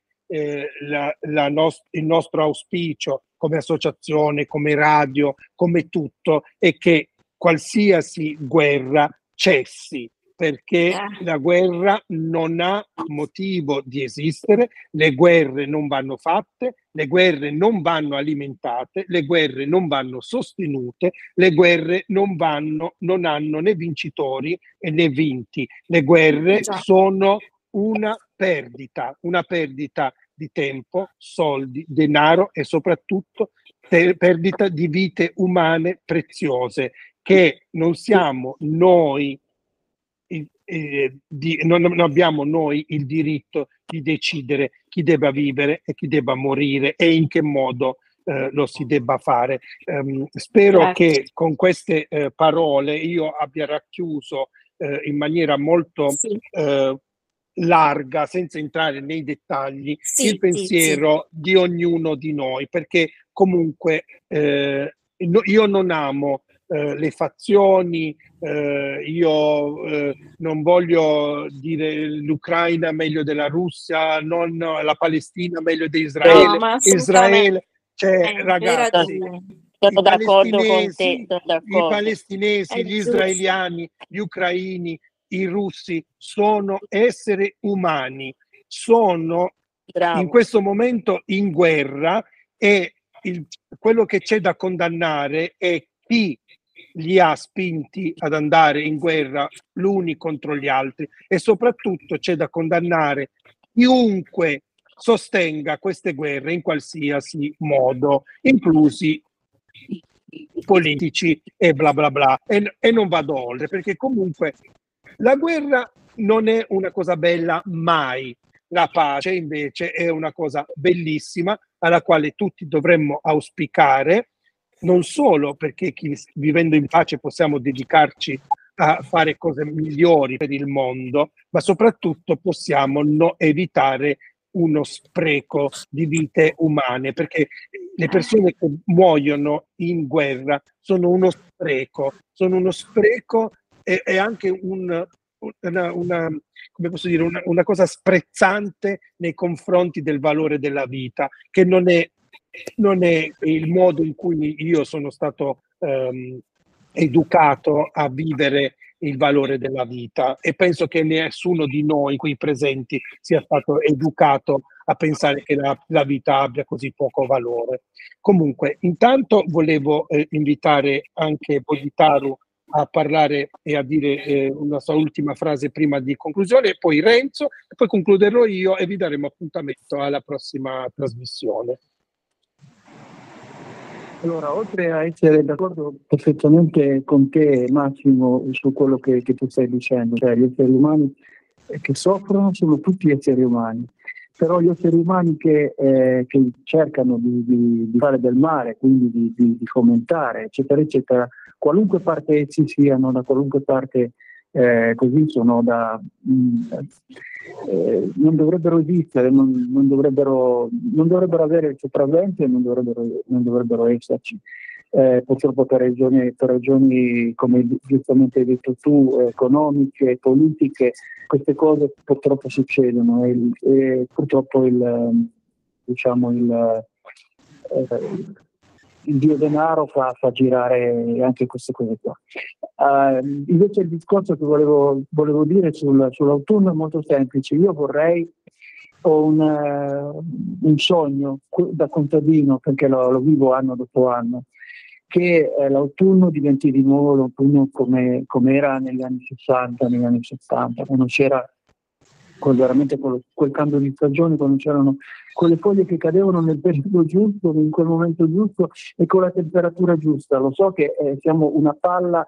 il nostro auspicio come associazione, come radio, come tutto, è che qualsiasi guerra cessi, perché la guerra non ha motivo di esistere, le guerre non vanno fatte, le guerre non vanno alimentate, le guerre non vanno sostenute, le guerre non hanno né vincitori né vinti. Le guerre sono una perdita di tempo, soldi, denaro e soprattutto perdita di vite umane preziose che non siamo noi non abbiamo noi il diritto di decidere chi debba vivere e chi debba morire e in che modo lo si debba fare. Spero che con queste parole io abbia racchiuso in maniera molto larga, senza entrare nei dettagli, il pensiero di ognuno di noi, perché comunque io non amo le fazioni, io non voglio dire l'Ucraina meglio della Russia, non la Palestina meglio di Israele. No, ma Israele, cioè, ragazzi, sono d'accordo con te, i palestinesi, gli israeliani, gli ucraini, i russi sono esseri umani, sono in questo momento in guerra e quello che c'è da condannare è chi li ha spinti ad andare in guerra l'uni contro gli altri e soprattutto c'è da condannare chiunque sostenga queste guerre in qualsiasi modo, inclusi i politici e bla bla bla, e non vado oltre, perché comunque la guerra non è una cosa bella mai, la pace invece è una cosa bellissima alla quale tutti dovremmo auspicare, non solo perché vivendo in pace possiamo dedicarci a fare cose migliori per il mondo, ma soprattutto possiamo evitare uno spreco di vite umane, perché le persone che muoiono in guerra sono uno spreco e anche una cosa sprezzante nei confronti del valore della vita, che non è il modo in cui io sono stato educato a vivere il valore della vita, e penso che nessuno di noi qui presenti sia stato educato a pensare che la vita abbia così poco valore. Comunque, intanto volevo invitare anche Bodhitaru a parlare e a dire una sua ultima frase prima di conclusione, poi Renzo, e poi concluderò io e vi daremo appuntamento alla prossima trasmissione. Allora, oltre a essere d'accordo perfettamente con te, Massimo, su quello che tu stai dicendo, cioè gli esseri umani che soffrono sono tutti esseri umani, però gli esseri umani che cercano di fare del male, quindi di fomentare, eccetera, eccetera, qualunque parte essi siano, da qualunque parte così sono non dovrebbero esistere, non dovrebbero avere il sopravvento e non dovrebbero esserci. Purtroppo per ragioni, come giustamente hai detto tu, economiche, politiche, queste cose purtroppo succedono e purtroppo il dio denaro fa girare anche queste cose qua. Invece il discorso che volevo dire sull'autunno è molto semplice. Io ho un sogno da contadino, perché lo vivo anno dopo anno, che l'autunno diventi di nuovo l'autunno come era negli anni 60, negli anni 70, che non c'era veramente quel cambio di stagione, quando c'erano quelle foglie che cadevano nel periodo giusto, in quel momento giusto e con la temperatura giusta. Lo so che siamo una palla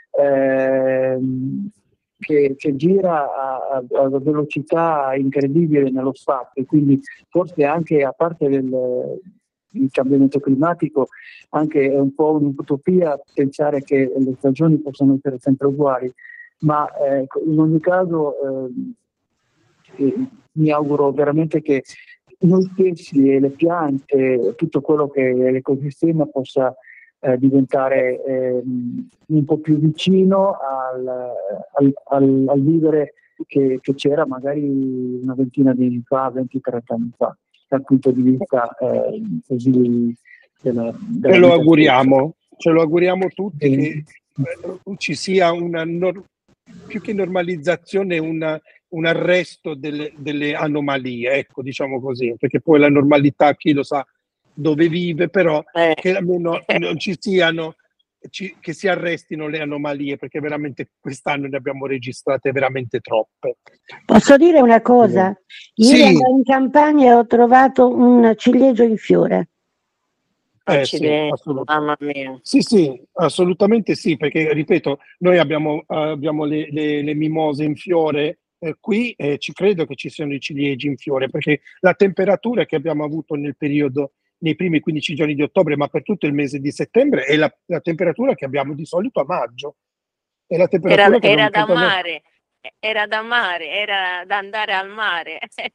che gira a velocità incredibile nello spazio, quindi forse anche, a parte il cambiamento climatico, anche è un po' un'utopia pensare che le stagioni possano essere sempre uguali, ma in ogni caso mi auguro veramente che noi stessi e le piante, tutto quello che è l'ecosistema possa diventare un po' più vicino al vivere che c'era magari una ventina di anni fa, 20-30 anni fa, dal punto di vista così della ce lo auguriamo tutti che ci sia più che normalizzazione, un arresto delle anomalie, ecco, diciamo così, perché poi la normalità chi lo sa dove vive, però che almeno non ci siano, che si arrestino le anomalie, perché veramente quest'anno ne abbiamo registrate veramente troppe. Posso dire una cosa? Ieri andavo in campagna e ho trovato un ciliegio in fiore. Accidenti, mamma mia. Sì, assolutamente sì, perché ripeto, noi abbiamo le mimose in fiore qui, e ci credo che ci siano i ciliegi in fiore, perché la temperatura che abbiamo avuto nel periodo, nei primi 15 giorni di ottobre, ma per tutto il mese di settembre, è la temperatura che abbiamo di solito a maggio. È la temperatura era da mare, era da andare al mare.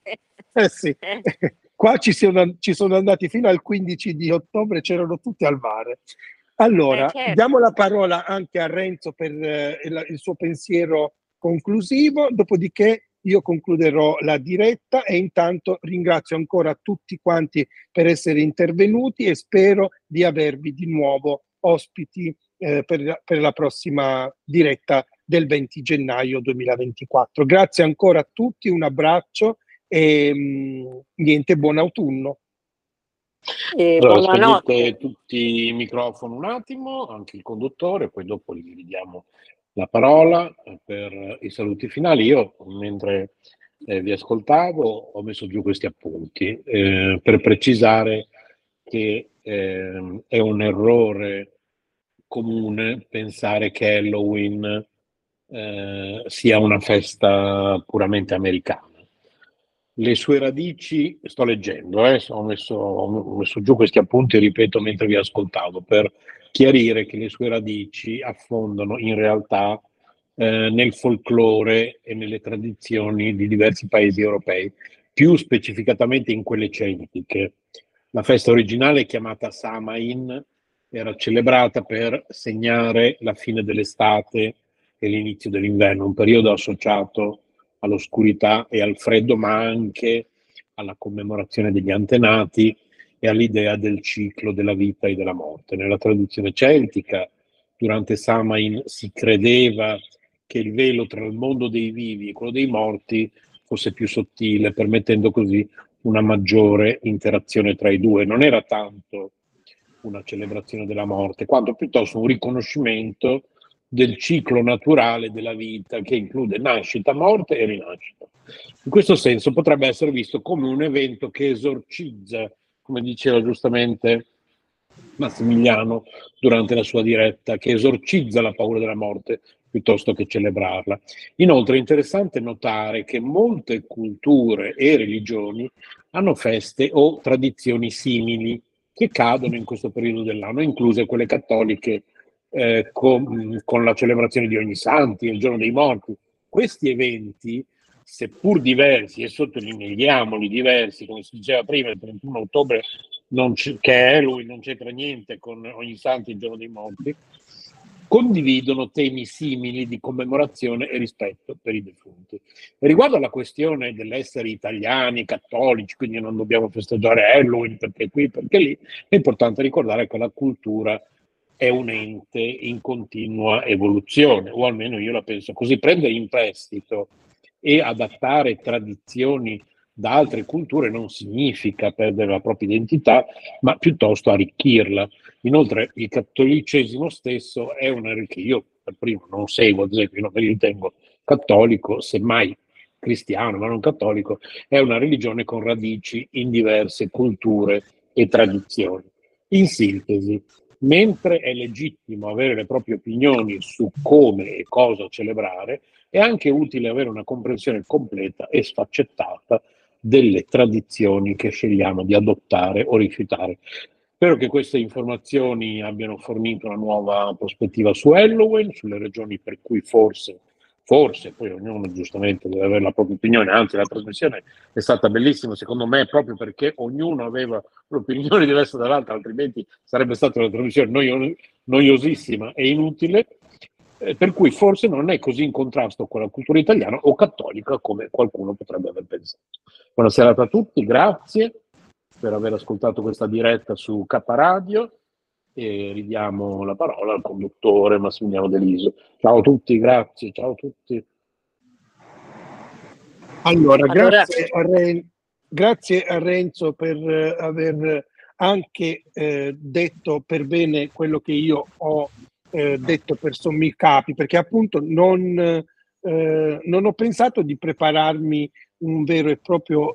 Sì. Qua ci sono andati fino al 15 di ottobre, c'erano tutti al mare. Allora, certo. Diamo la parola anche a Renzo per il suo pensiero conclusivo, dopodiché io concluderò la diretta e intanto ringrazio ancora tutti quanti per essere intervenuti e spero di avervi di nuovo ospiti per la prossima diretta del 20 gennaio 2024. Grazie ancora a tutti, un abbraccio e niente, buon autunno. Allora, spegnete tutti i microfoni un attimo, anche il conduttore, poi dopo gli ridiamo la parola per i saluti finali. Io, mentre vi ascoltavo, ho messo giù questi appunti per precisare che è un errore comune pensare che Halloween sia una festa puramente americana. Le sue radici, sto leggendo, ho messo giù questi appunti, ripeto, mentre vi ascoltavo, per chiarire che le sue radici affondano in realtà nel folklore e nelle tradizioni di diversi paesi europei, più specificatamente in quelle celtiche. La festa originale, chiamata Samain, era celebrata per segnare la fine dell'estate e l'inizio dell'inverno, un periodo associato all'oscurità e al freddo, ma anche alla commemorazione degli antenati e all'idea del ciclo della vita e della morte. Nella tradizione celtica, durante Samain si credeva che il velo tra il mondo dei vivi e quello dei morti fosse più sottile, permettendo così una maggiore interazione tra i due. Non era tanto una celebrazione della morte, quanto piuttosto un riconoscimento del ciclo naturale della vita, che include nascita, morte e rinascita. In questo senso potrebbe essere visto come un evento che esorcizza, come diceva giustamente Massimiliano durante la sua diretta, che esorcizza la paura della morte piuttosto che celebrarla. Inoltre è interessante notare che molte culture e religioni hanno feste o tradizioni simili che cadono in questo periodo dell'anno, incluse quelle cattoliche con la celebrazione di Ognissanti, il giorno dei morti. Questi eventi, seppur diversi, e sottolineiamoli diversi, come si diceva prima, il 31 ottobre che è Halloween, non c'entra niente con Ognissanti, il giorno dei morti, condividono temi simili di commemorazione e rispetto per i defunti. E riguardo alla questione dell'essere italiani, cattolici, quindi non dobbiamo festeggiare Halloween perché qui, perché lì, è importante ricordare che la cultura è un ente in continua evoluzione, o almeno io la penso così. Prendere in prestito e adattare tradizioni da altre culture non significa perdere la propria identità, ma piuttosto arricchirla. Inoltre il cattolicesimo stesso è una io per primo non seguo, ad esempio, non mi ritengo cattolico, semmai cristiano ma non cattolico, è una religione con radici in diverse culture e tradizioni. In sintesi, mentre è legittimo avere le proprie opinioni su come e cosa celebrare, è anche utile avere una comprensione completa e sfaccettata delle tradizioni che scegliamo di adottare o rifiutare. Spero che queste informazioni abbiano fornito una nuova prospettiva su Halloween, sulle ragioni per cui forse, poi ognuno giustamente deve avere la propria opinione, anzi la trasmissione è stata bellissima secondo me proprio perché ognuno aveva un'opinione diversa dall'altra, altrimenti sarebbe stata una trasmissione noiosissima e inutile, per cui forse non è così in contrasto con la cultura italiana o cattolica come qualcuno potrebbe aver pensato. Buona serata a tutti, grazie per aver ascoltato questa diretta su K Radio e ridiamo la parola al conduttore Massimiliano Deliso. Ciao a tutti, grazie, ciao a tutti. Allora, grazie a Renzo per aver anche detto per bene quello che io ho detto per sommi capi, perché appunto non ho pensato di prepararmi un vero e proprio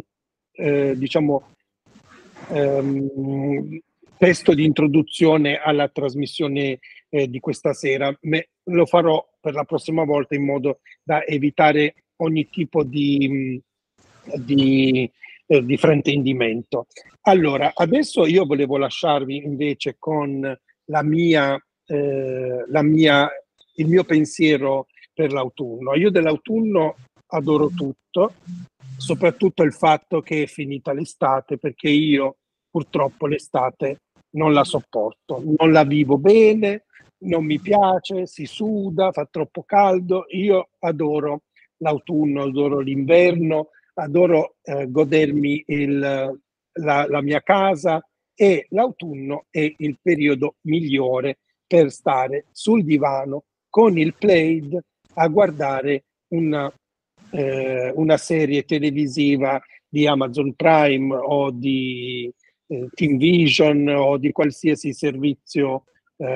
testo di introduzione alla trasmissione di questa sera. Lo farò per la prossima volta in modo da evitare ogni tipo di fraintendimento. Allora, adesso io volevo lasciarvi invece con il mio pensiero per l'autunno. Io dell'autunno adoro tutto, soprattutto il fatto che è finita l'estate, perché io purtroppo l'estate non la sopporto, non la vivo bene, non mi piace, si suda, fa troppo caldo. Io adoro l'autunno, adoro l'inverno, adoro godermi la mia casa, e l'autunno è il periodo migliore per stare sul divano con il plaid a guardare una serie televisiva di Amazon Prime o di Team Vision o di qualsiasi servizio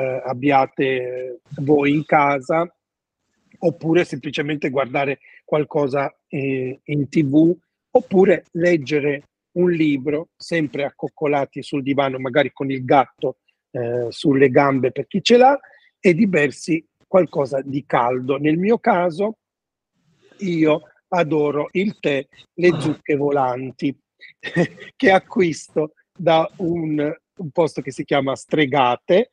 abbiate voi in casa, oppure semplicemente guardare qualcosa in TV, oppure leggere un libro sempre accoccolati sul divano, magari con il gatto sulle gambe per chi ce l'ha, e di bersi qualcosa di caldo. Nel mio caso io adoro il tè, le zucche volanti che acquisto da un posto che si chiama Stregate,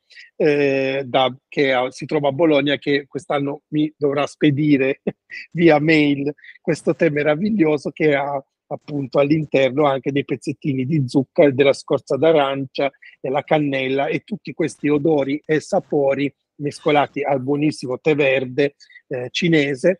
che si trova a Bologna, che quest'anno mi dovrà spedire via mail questo tè meraviglioso che ha appunto all'interno anche dei pezzettini di zucca, della scorza d'arancia e la cannella e tutti questi odori e sapori mescolati al buonissimo tè verde cinese,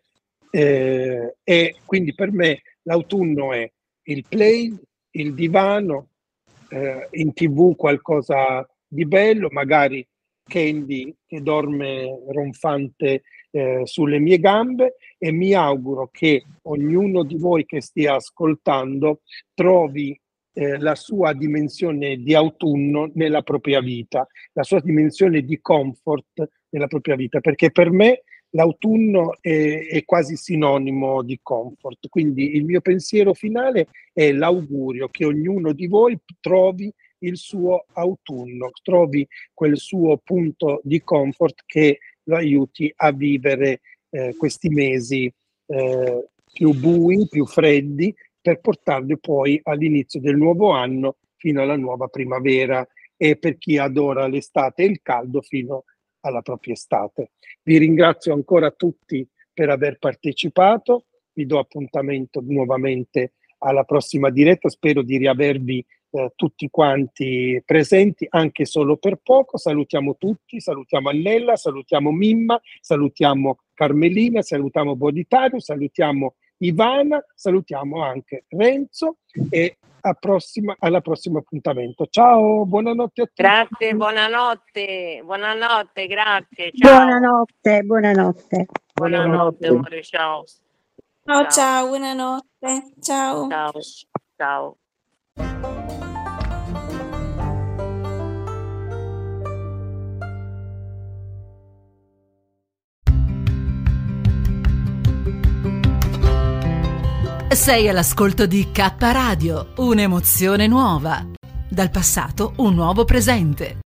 e quindi per me l'autunno è il plaid, il divano, in TV qualcosa di bello, magari Candy che dorme ronfante sulle mie gambe, e mi auguro che ognuno di voi che stia ascoltando trovi la sua dimensione di autunno nella propria vita, la sua dimensione di comfort nella propria vita, perché per me l'autunno è quasi sinonimo di comfort. Quindi il mio pensiero finale è l'augurio che ognuno di voi trovi il suo autunno, trovi quel suo punto di comfort che lo aiuti a vivere questi mesi più bui, più freddi, per portarli poi all'inizio del nuovo anno fino alla nuova primavera, e per chi adora l'estate e il caldo fino alla propria estate. Vi ringrazio ancora tutti per aver partecipato, vi do appuntamento nuovamente alla prossima diretta, spero di riavervi tutti quanti presenti, anche solo per poco. Salutiamo tutti, salutiamo Annella, salutiamo Mimma, salutiamo Carmelina, salutiamo Boditario, salutiamo Ivana, salutiamo anche Renzo, e alla prossima appuntamento. Ciao, buonanotte a tutti. Grazie, buonanotte, grazie. Ciao. Buonanotte. Buonanotte, amore, ciao. Ciao, buonanotte. Ciao. Ciao. Sei all'ascolto di K Radio, un'emozione nuova. Dal passato un nuovo presente.